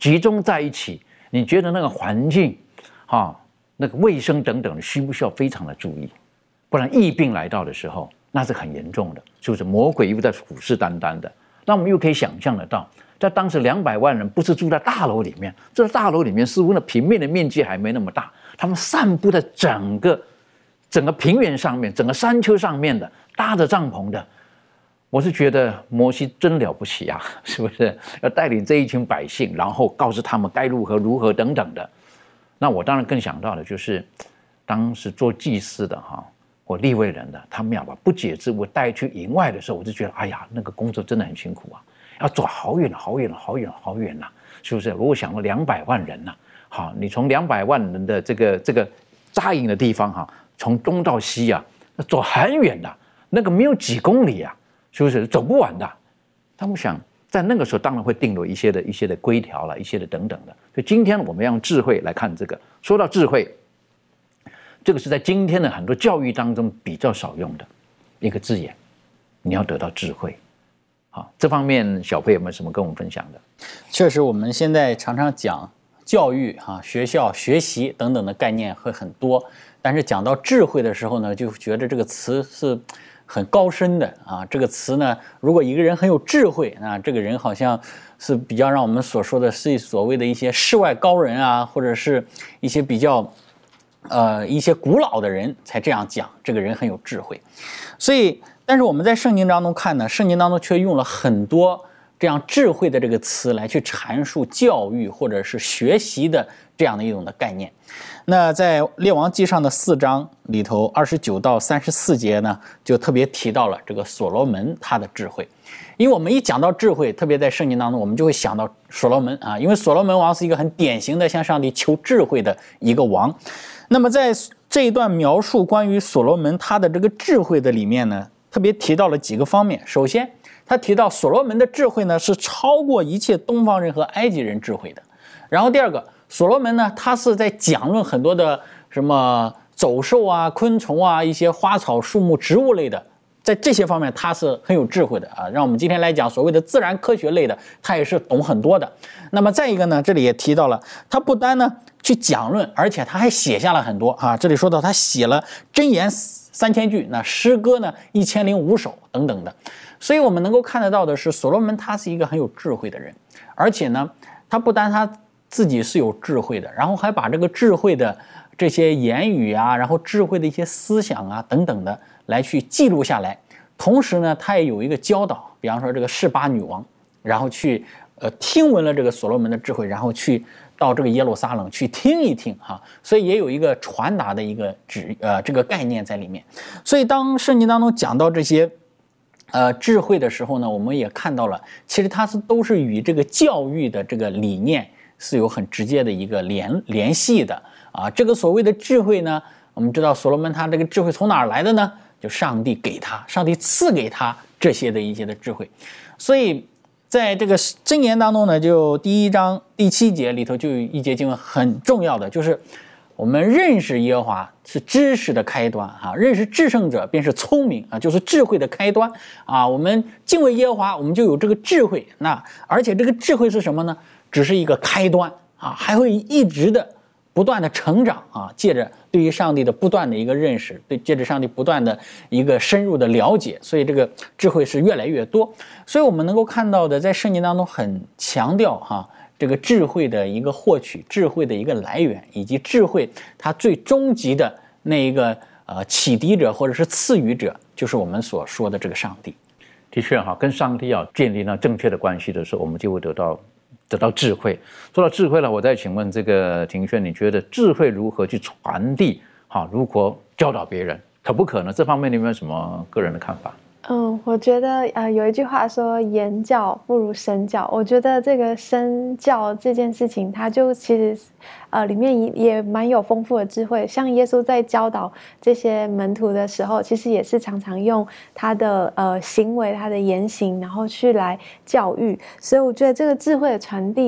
集中在一起，你觉得那个环境，哈，那个卫生等等的，需不需要非常的注意？不然疫病来到的时候，那是很严重的，是不是？魔鬼又在虎视眈眈的。那我们又可以想象得到，在当时两百万人不是住在大楼里面，这大楼里面似乎那平面的面积还没那么大，他们散布在整个整个平原上面，整个山丘上面的，搭着帐篷的。我是觉得摩西真了不起啊，是不是？要带领这一群百姓，然后告诉他们该如何如何等等的。那我当然更想到的就是，当时做祭司的哈。或利未人的，他们要把不解之物带去营外的时候，我就觉得，哎呀，那个工作真的很辛苦啊，要走好远好远好远好远呐，是不是？如果想到两百万人呐、啊，好，你从两百万人的这个这个扎营的地方哈、啊，从东到西啊，那走很远的，那个没有几公里啊，是不是走不完的？他们想在那个时候，当然会定了一些的一些的规条了，一些的等等的。所以今天我们要用智慧来看这个。说到智慧。这个是在今天的很多教育当中比较少用的一个字眼，你要得到智慧。好，这方面小佩有没有什么跟我们分享的？ 确实，我们现在常常讲教育啊、学校、学习等等的概念会很多，但是讲到智慧的时候呢，就觉得这个词是很高深的啊。这个词呢，如果一个人很有智慧，那这个人好像是比较让我们所说的是所谓的一些世外高人啊，或者是一些比较。呃，一些古老的人才这样讲，这个人很有智慧。所以，但是我们在圣经当中看呢，圣经当中却用了很多这样智慧的这个词来去阐述教育或者是学习的这样的一种的概念。那在列王记上的四章里头，二十九到三十四节呢，就特别提到了这个所罗门他的智慧。因为我们一讲到智慧，特别在圣经当中，我们就会想到所罗门啊，因为所罗门王是一个很典型的向上帝求智慧的一个王。那么在这一段描述关于所罗门他的这个智慧的里面呢，特别提到了几个方面。首先，他提到所罗门的智慧呢是超过一切东方人和埃及人智慧的。然后第二个，所罗门呢，他是在讲论很多的什么走兽啊、昆虫啊、一些花草树木、植物类的，在这些方面他是很有智慧的啊。让我们今天来讲所谓的自然科学类的，他也是懂很多的。那么再一个呢，这里也提到了，他不单呢去讲论，而且他还写下了很多啊。这里说到他写了箴言三千句，那诗歌呢一千零五首等等的。所以我们能够看得到的是，所罗门他是一个很有智慧的人，而且呢，他不单他自己是有智慧的，然后还把这个智慧的这些言语啊，然后智慧的一些思想啊等等的来去记录下来。同时呢，他也有一个教导，比方说这个示巴女王，然后去呃听闻了这个所罗门的智慧，然后去到这个耶路撒冷去听一听哈，所以也有一个传达的一个指呃这个概念在里面。所以当圣经当中讲到这些呃智慧的时候呢，我们也看到了，其实它是都是与这个教育的这个理念是有很直接的一个联联系的啊。这个所谓的智慧呢，我们知道所罗门他这个智慧从哪儿来的呢？就上帝给他，上帝赐给他这些的一些的智慧。所以在这个箴言当中呢，就第一章第七节里头就有一节经文很重要的，就是我们认识耶和华是知识的开端啊，认识至圣者便是聪明啊，就是智慧的开端啊。我们敬畏耶和华，我们就有这个智慧。那而且这个智慧是什么呢？只是一个开端啊，还会一直的不断的成长啊，借着对于上帝的不断的一个认识，对，借着上帝不断的一个深入的了解，所以这个智慧是越来越多。所以我们能够看到的，在圣经当中很强调哈、啊，这个智慧的一个获取，智慧的一个来源，以及智慧它最终极的那一个呃启迪者或者是赐予者，就是我们所说的这个上帝。 的确哈，跟上帝要建立那正确的关系的时候，我们就会得到。得到智慧。说到智慧了，我再请问这个庭轩，你觉得智慧如何去传递？好，如何教导别人，可不可能？这方面你有没有什么个人的看法？ 嗯，我觉得呃有一句话说言教不如身教，我觉得这个身教这件事情，它就其实呃里面也也蛮有丰富的智慧。像耶稣在教导这些门徒的时候，其实也是常常用他的呃行为、他的言行，然后去来教育。所以我觉得这个智慧的传递，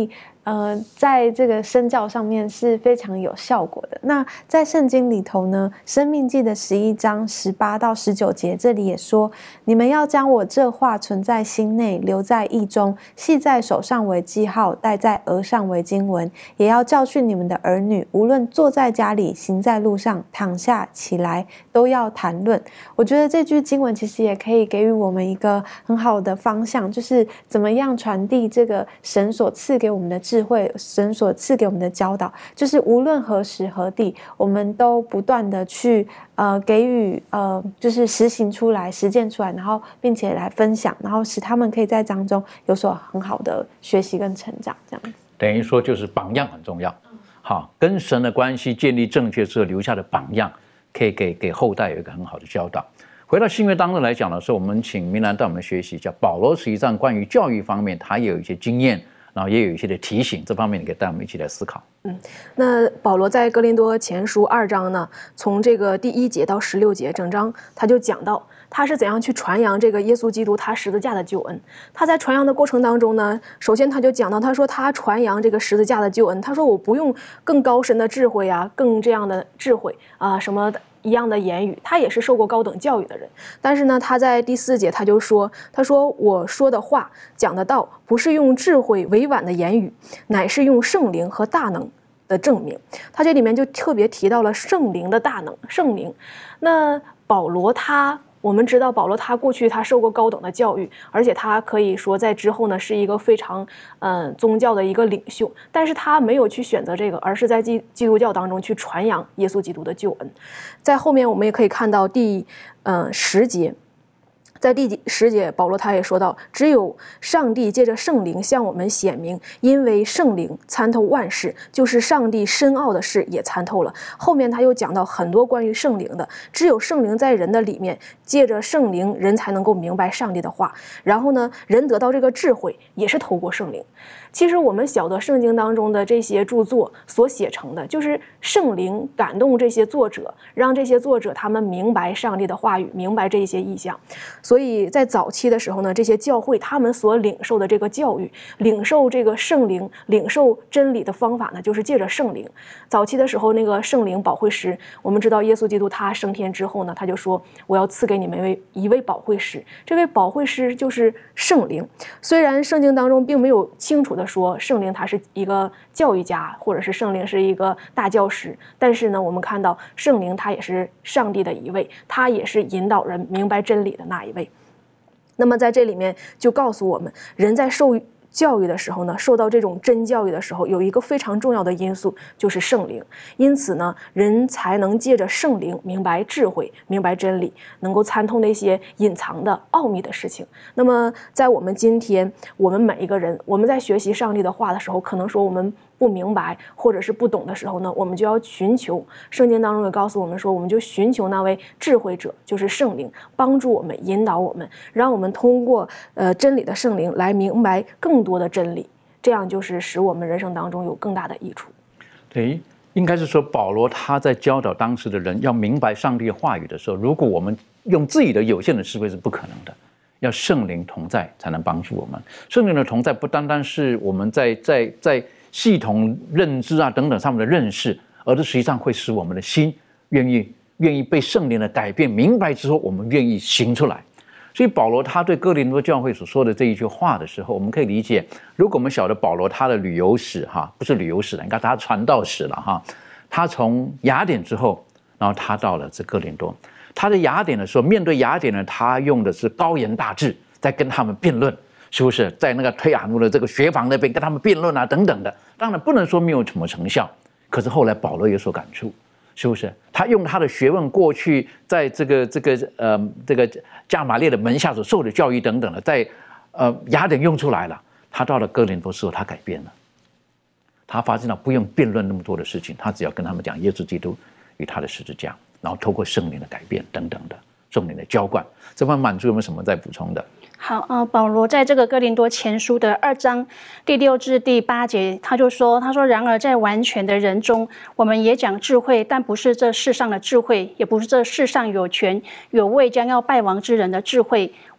呃，在这个身教上面是非常有效果的。那在圣经里头呢，《申命记》的十一章十八到十九节，这里也说：你们要将我这话存在心内，留在意中，系在手上为记号，戴在额上为经文，也要教训你们的儿女，无论坐在家里，行在路上，躺下起来，都要谈论。我觉得这句经文其实也可以给予我们一个很好的方向，就是怎么样传递这个神所赐给我们的智慧，神所赐给我们的教导，就是无论何时何地，我们都不断的去呃给予呃就是实行出来、实践出来，然后并且来分享，然后使他们可以在当中有所很好的学习跟成长，这样子。 等于说就是榜样很重要。好，跟神的关系建立正确之后留下的榜样，可以给给后代有一个很好的教导。回到新约当中来讲的时候，我们请明兰带我们学习一下保罗实际上关于教育方面，他也有一些经验。然后也有一些的提醒，这方面你可以带我们一起来思考。 嗯，那保罗在哥林多前书二章呢，从这个第一节到十六节，整章他就讲到他是怎样去传扬这个耶稣基督他十字架的救恩。他在传扬的过程当中呢，首先他就讲到，他说他传扬这个十字架的救恩，他说我不用更高深的智慧啊，更这样的智慧啊、呃、什么的。一样的言语，他也是受过高等教育的人，但是呢，他在第四节他就说，他说我说的话讲的道，不是用智慧委婉的言语，乃是用圣灵和大能的证明。他这里面就特别提到了圣灵的大能，圣灵。那保罗他。我们知道保罗他过去他受过高等的教育，而且他可以说在之后呢是一个非常嗯、呃、宗教的一个领袖，但是他没有去选择这个，而是在基基督教当中去传扬耶稣基督的救恩。在后面我们也可以看到第嗯、呃、十节。在第十节，保罗他也说到，只有上帝借着圣灵向我们显明，因为圣灵参透万事，就是上帝深奥的事也参透了。后面他又讲到很多关于圣灵的，只有圣灵在人的里面，借着圣灵人才能够明白上帝的话。然后呢，人得到这个智慧也是透过圣灵。其实我们晓得圣经当中的这些著作所写成的，就是圣灵感动这些作者，让这些作者他们明白上帝的话语，明白这些意象。所以在早期的时候呢，这些教会他们所领受的这个教育，领受这个圣灵，领受真理的方法呢，就是借着圣灵。早期的时候，那个圣灵保惠师，我们知道耶稣基督他升天之后呢，他就说我要赐给你们一位一位保惠师，这位保惠师就是圣灵。虽然圣经当中并没有清楚的说圣灵他是一个教育家，或者是圣灵是一个大教师，但是呢，我们看到圣灵他也是上帝的一位，他也是引导人明白真理的那一位。那么在这里面就告诉我们，人在受教育的时候呢，受到这种真教育的时候，有一个非常重要的因素，就是圣灵。因此呢，人才能借着圣灵明白智慧，明白真理，能够参透那些隐藏的奥秘的事情。那么在我们今天，我们每一个人，我们在学习上帝的话的时候，可能说我们不明白或者是不懂的时候呢，我们就要寻求。圣经当中也告诉我们说，我们就寻求那位智慧者，就是圣灵，帮助我们，引导我们，让我们通过呃真理的圣灵来明白更多的真理，这样就是使我们人生当中有更大的益处。 对，应该是说保罗他在教导当时的人要明白上帝的话语的时候，如果我们用自己的有限的智慧是不可能的，要圣灵同在才能帮助我们。圣灵的同在不单单是我们在在在系统认知啊等等上面的认识，而是实际上会使我们的心愿意愿意被圣灵的改变明白之后，我们愿意行出来。所以保罗他对哥林多教会所说的这一句话的时候，我们可以理解，如果我们晓得保罗他的旅游史哈，不是旅游史了，应该他传道史了哈。他从雅典之后，然后他到了这哥林多。他在雅典的时候，面对雅典呢，他用的是高言大志，在跟他们辩论，是不是？在那个推雅努的这个学房那边跟他们辩论啊，等等的。当然不能说没有什么成效，可是后来保罗有所感触。是不是？他用他的学问，过去在这个这个呃这个加马列的门下所受的教育等等的，在呃雅典用出来了。他到了哥林多之后，他改变了。他发现了不用辩论那么多的事情，他只要跟他们讲耶稣基督与他的十字架，然后透过圣灵的改变等等的圣灵的浇灌。这方面满足有没有什么再补充的？ 好，呃，保罗在这个哥林多前书的二章第六至第八节，他就说，他说，然而在完全的人中，我们也讲智慧，但不是这世上的智慧，也不是这世上有权有位将要败亡之人的智慧。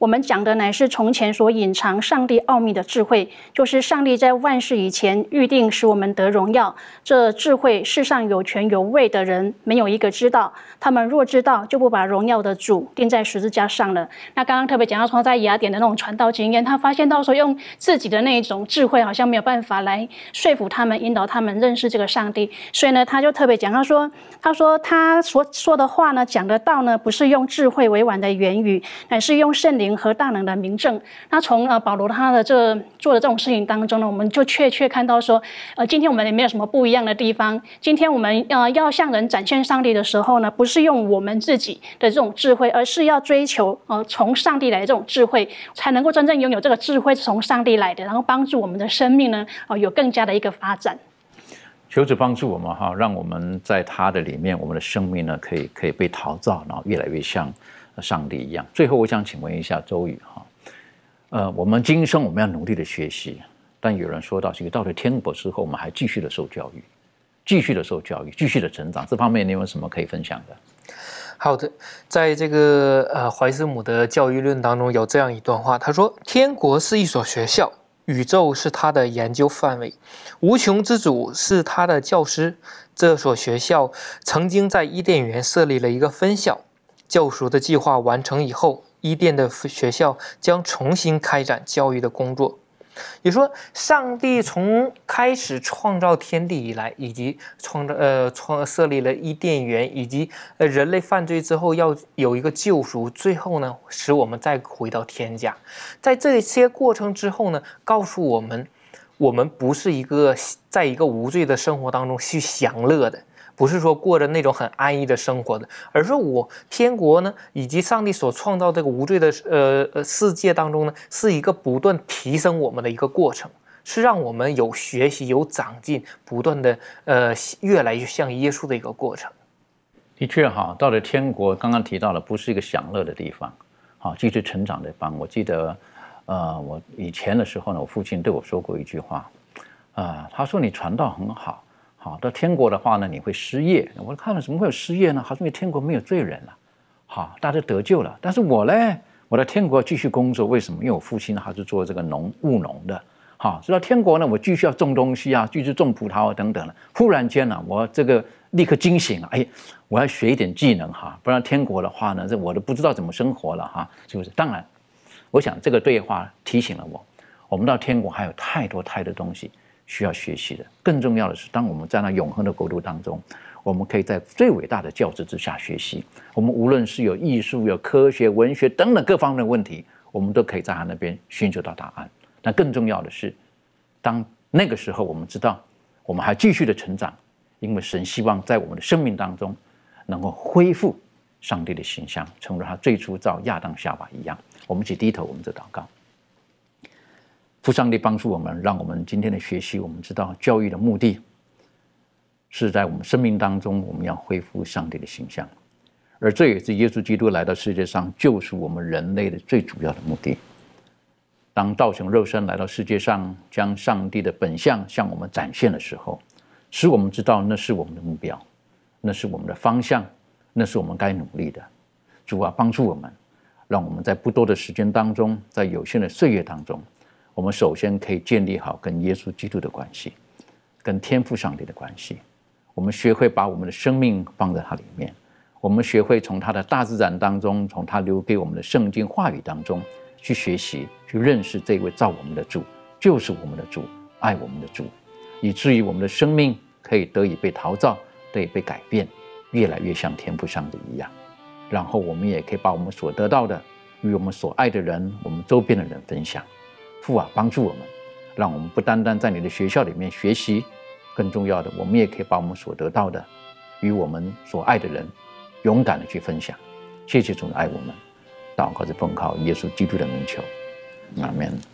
我们讲的乃是从前所隐藏上帝奥秘的智慧，就是上帝在万事以前预定使我们得荣耀。这智慧世上有权有位的人没有一个知道，他们若知道，就不把荣耀的主钉在十字架上了。那刚刚特别讲到说，在雅典的那种传道经验，他发现到说，用自己的那种智慧好像没有办法来说服他们，引导他们认识这个上帝。所以呢，他就特别讲，他说，他说他所说的话呢，讲的道呢，不是用智慧委婉的言语，乃是用圣灵和大能的明证。那从呃保罗他的这做的这种事情当中呢，我们就确切看到说，呃，今天我们也没有什么不一样的地方。今天我们呃要向人展现上帝的时候呢，不是用我们自己的这种智慧，而是要追求呃从上帝来的这种智慧，才能够真正拥有这个智慧是从上帝来的，然后帮助我们的生命呢，呃有更加的一个发展。 求主帮助我们哈，让我们在他的里面，我们的生命呢，可以可以被陶造，然后越来越像上帝一样。最后，我想请问一下周宇哈，呃，我们今生我们要努力的学习，但有人说到，这个到了天国之后，我们还继续的受教育，继续的受教育，继续的成长。这方面你有什么可以分享的？ 好的，在这个呃怀斯姆的教育论当中有这样一段话，他说：“天国是一所学校。”宇宙是他的研究范围，无穷之主是他的教师。这所学校曾经在伊甸园设立了一个分校。救赎的计划完成以后，伊甸的学校将重新开展教育的工作。也说，上帝从开始创造天地以来，以及创造呃创设立了伊甸园，以及呃人类犯罪之后要有一个救赎，最后呢，使我们再回到天家。在这些过程之后呢，告诉我们，我们不是一个在一个无罪的生活当中去享乐的。不是说过着那种很安逸的生活的，而是我天国呢，以及上帝所创造这个无罪的呃呃世界当中呢，是一个不断提升我们的一个过程，是让我们有学习、有长进，不断的呃越来越像耶稣的一个过程。 的确哈，到了天国，刚刚提到了，不是一个享乐的地方，好，继续成长的地方。我记得，呃，我以前的时候呢，我父亲对我说过一句话，啊、呃，他说你传道很好。好，到天国的话呢，你会失业。我看了，怎么会有失业呢？好，因为天国没有罪人了，好，大家得救了。但是我呢，我在天国继续工作，为什么？因为我父亲他是做这个农务农的，好，直到天国呢，我继续要种东西啊，继续种葡萄啊等等了。忽然间呢、啊，我这个立刻惊醒了，哎，我要学一点技能哈，不然天国的话呢，这我都不知道怎么生活了哈，是不是？当然，我想这个对话提醒了我，我们到天国还有太多太多东西需要学习的。更重要的是，当我们在那永恒的国度当中，我们可以在最伟大的教旨之下学习。我们无论是有艺术、有科学、文学等等各方面的问题，我们都可以在他那边寻求到答案。但更重要的是，当那个时候我们知道我们还继续的成长，因为神希望在我们的生命当中能够恢复上帝的形象，诚如他最初造亚当夏娃一样。我们一起低头，我们就祷告。父上帝帮助我们，让我们今天的学习，我们知道教育的目的是在我们生命当中，我们要恢复上帝的形象，而这也是耶稣基督来到世界上救赎我们人类的最主要的目的。当道成肉身来到世界上，将上帝的本相向我们展现的时候，使我们知道那是我们的目标，那是我们的方向，那是我们该努力的。主啊，帮助我们，让我们在不多的时间当中，在有限的岁月当中，我们首先可以建立好跟耶稣基督的关系，跟天父上帝的关系。我们学会把我们的生命放在他里面，我们学会从他的大自然当中，从他留给我们的圣经话语当中去学习，去认识这位造我们的主，就是我们的主，爱我们的主，以至于我们的生命可以得以被陶造，得以被改变，越来越像天父上帝一样。然后我们也可以把我们所得到的与我们所爱的人，我们周边的人分享。父啊，帮助我们，让我们不单单在你的学校里面学习，更重要的，我们也可以把我们所得到的与我们所爱的人勇敢的去分享。谢谢主爱我们，祷告是奉靠耶稣基督的名求，阿们。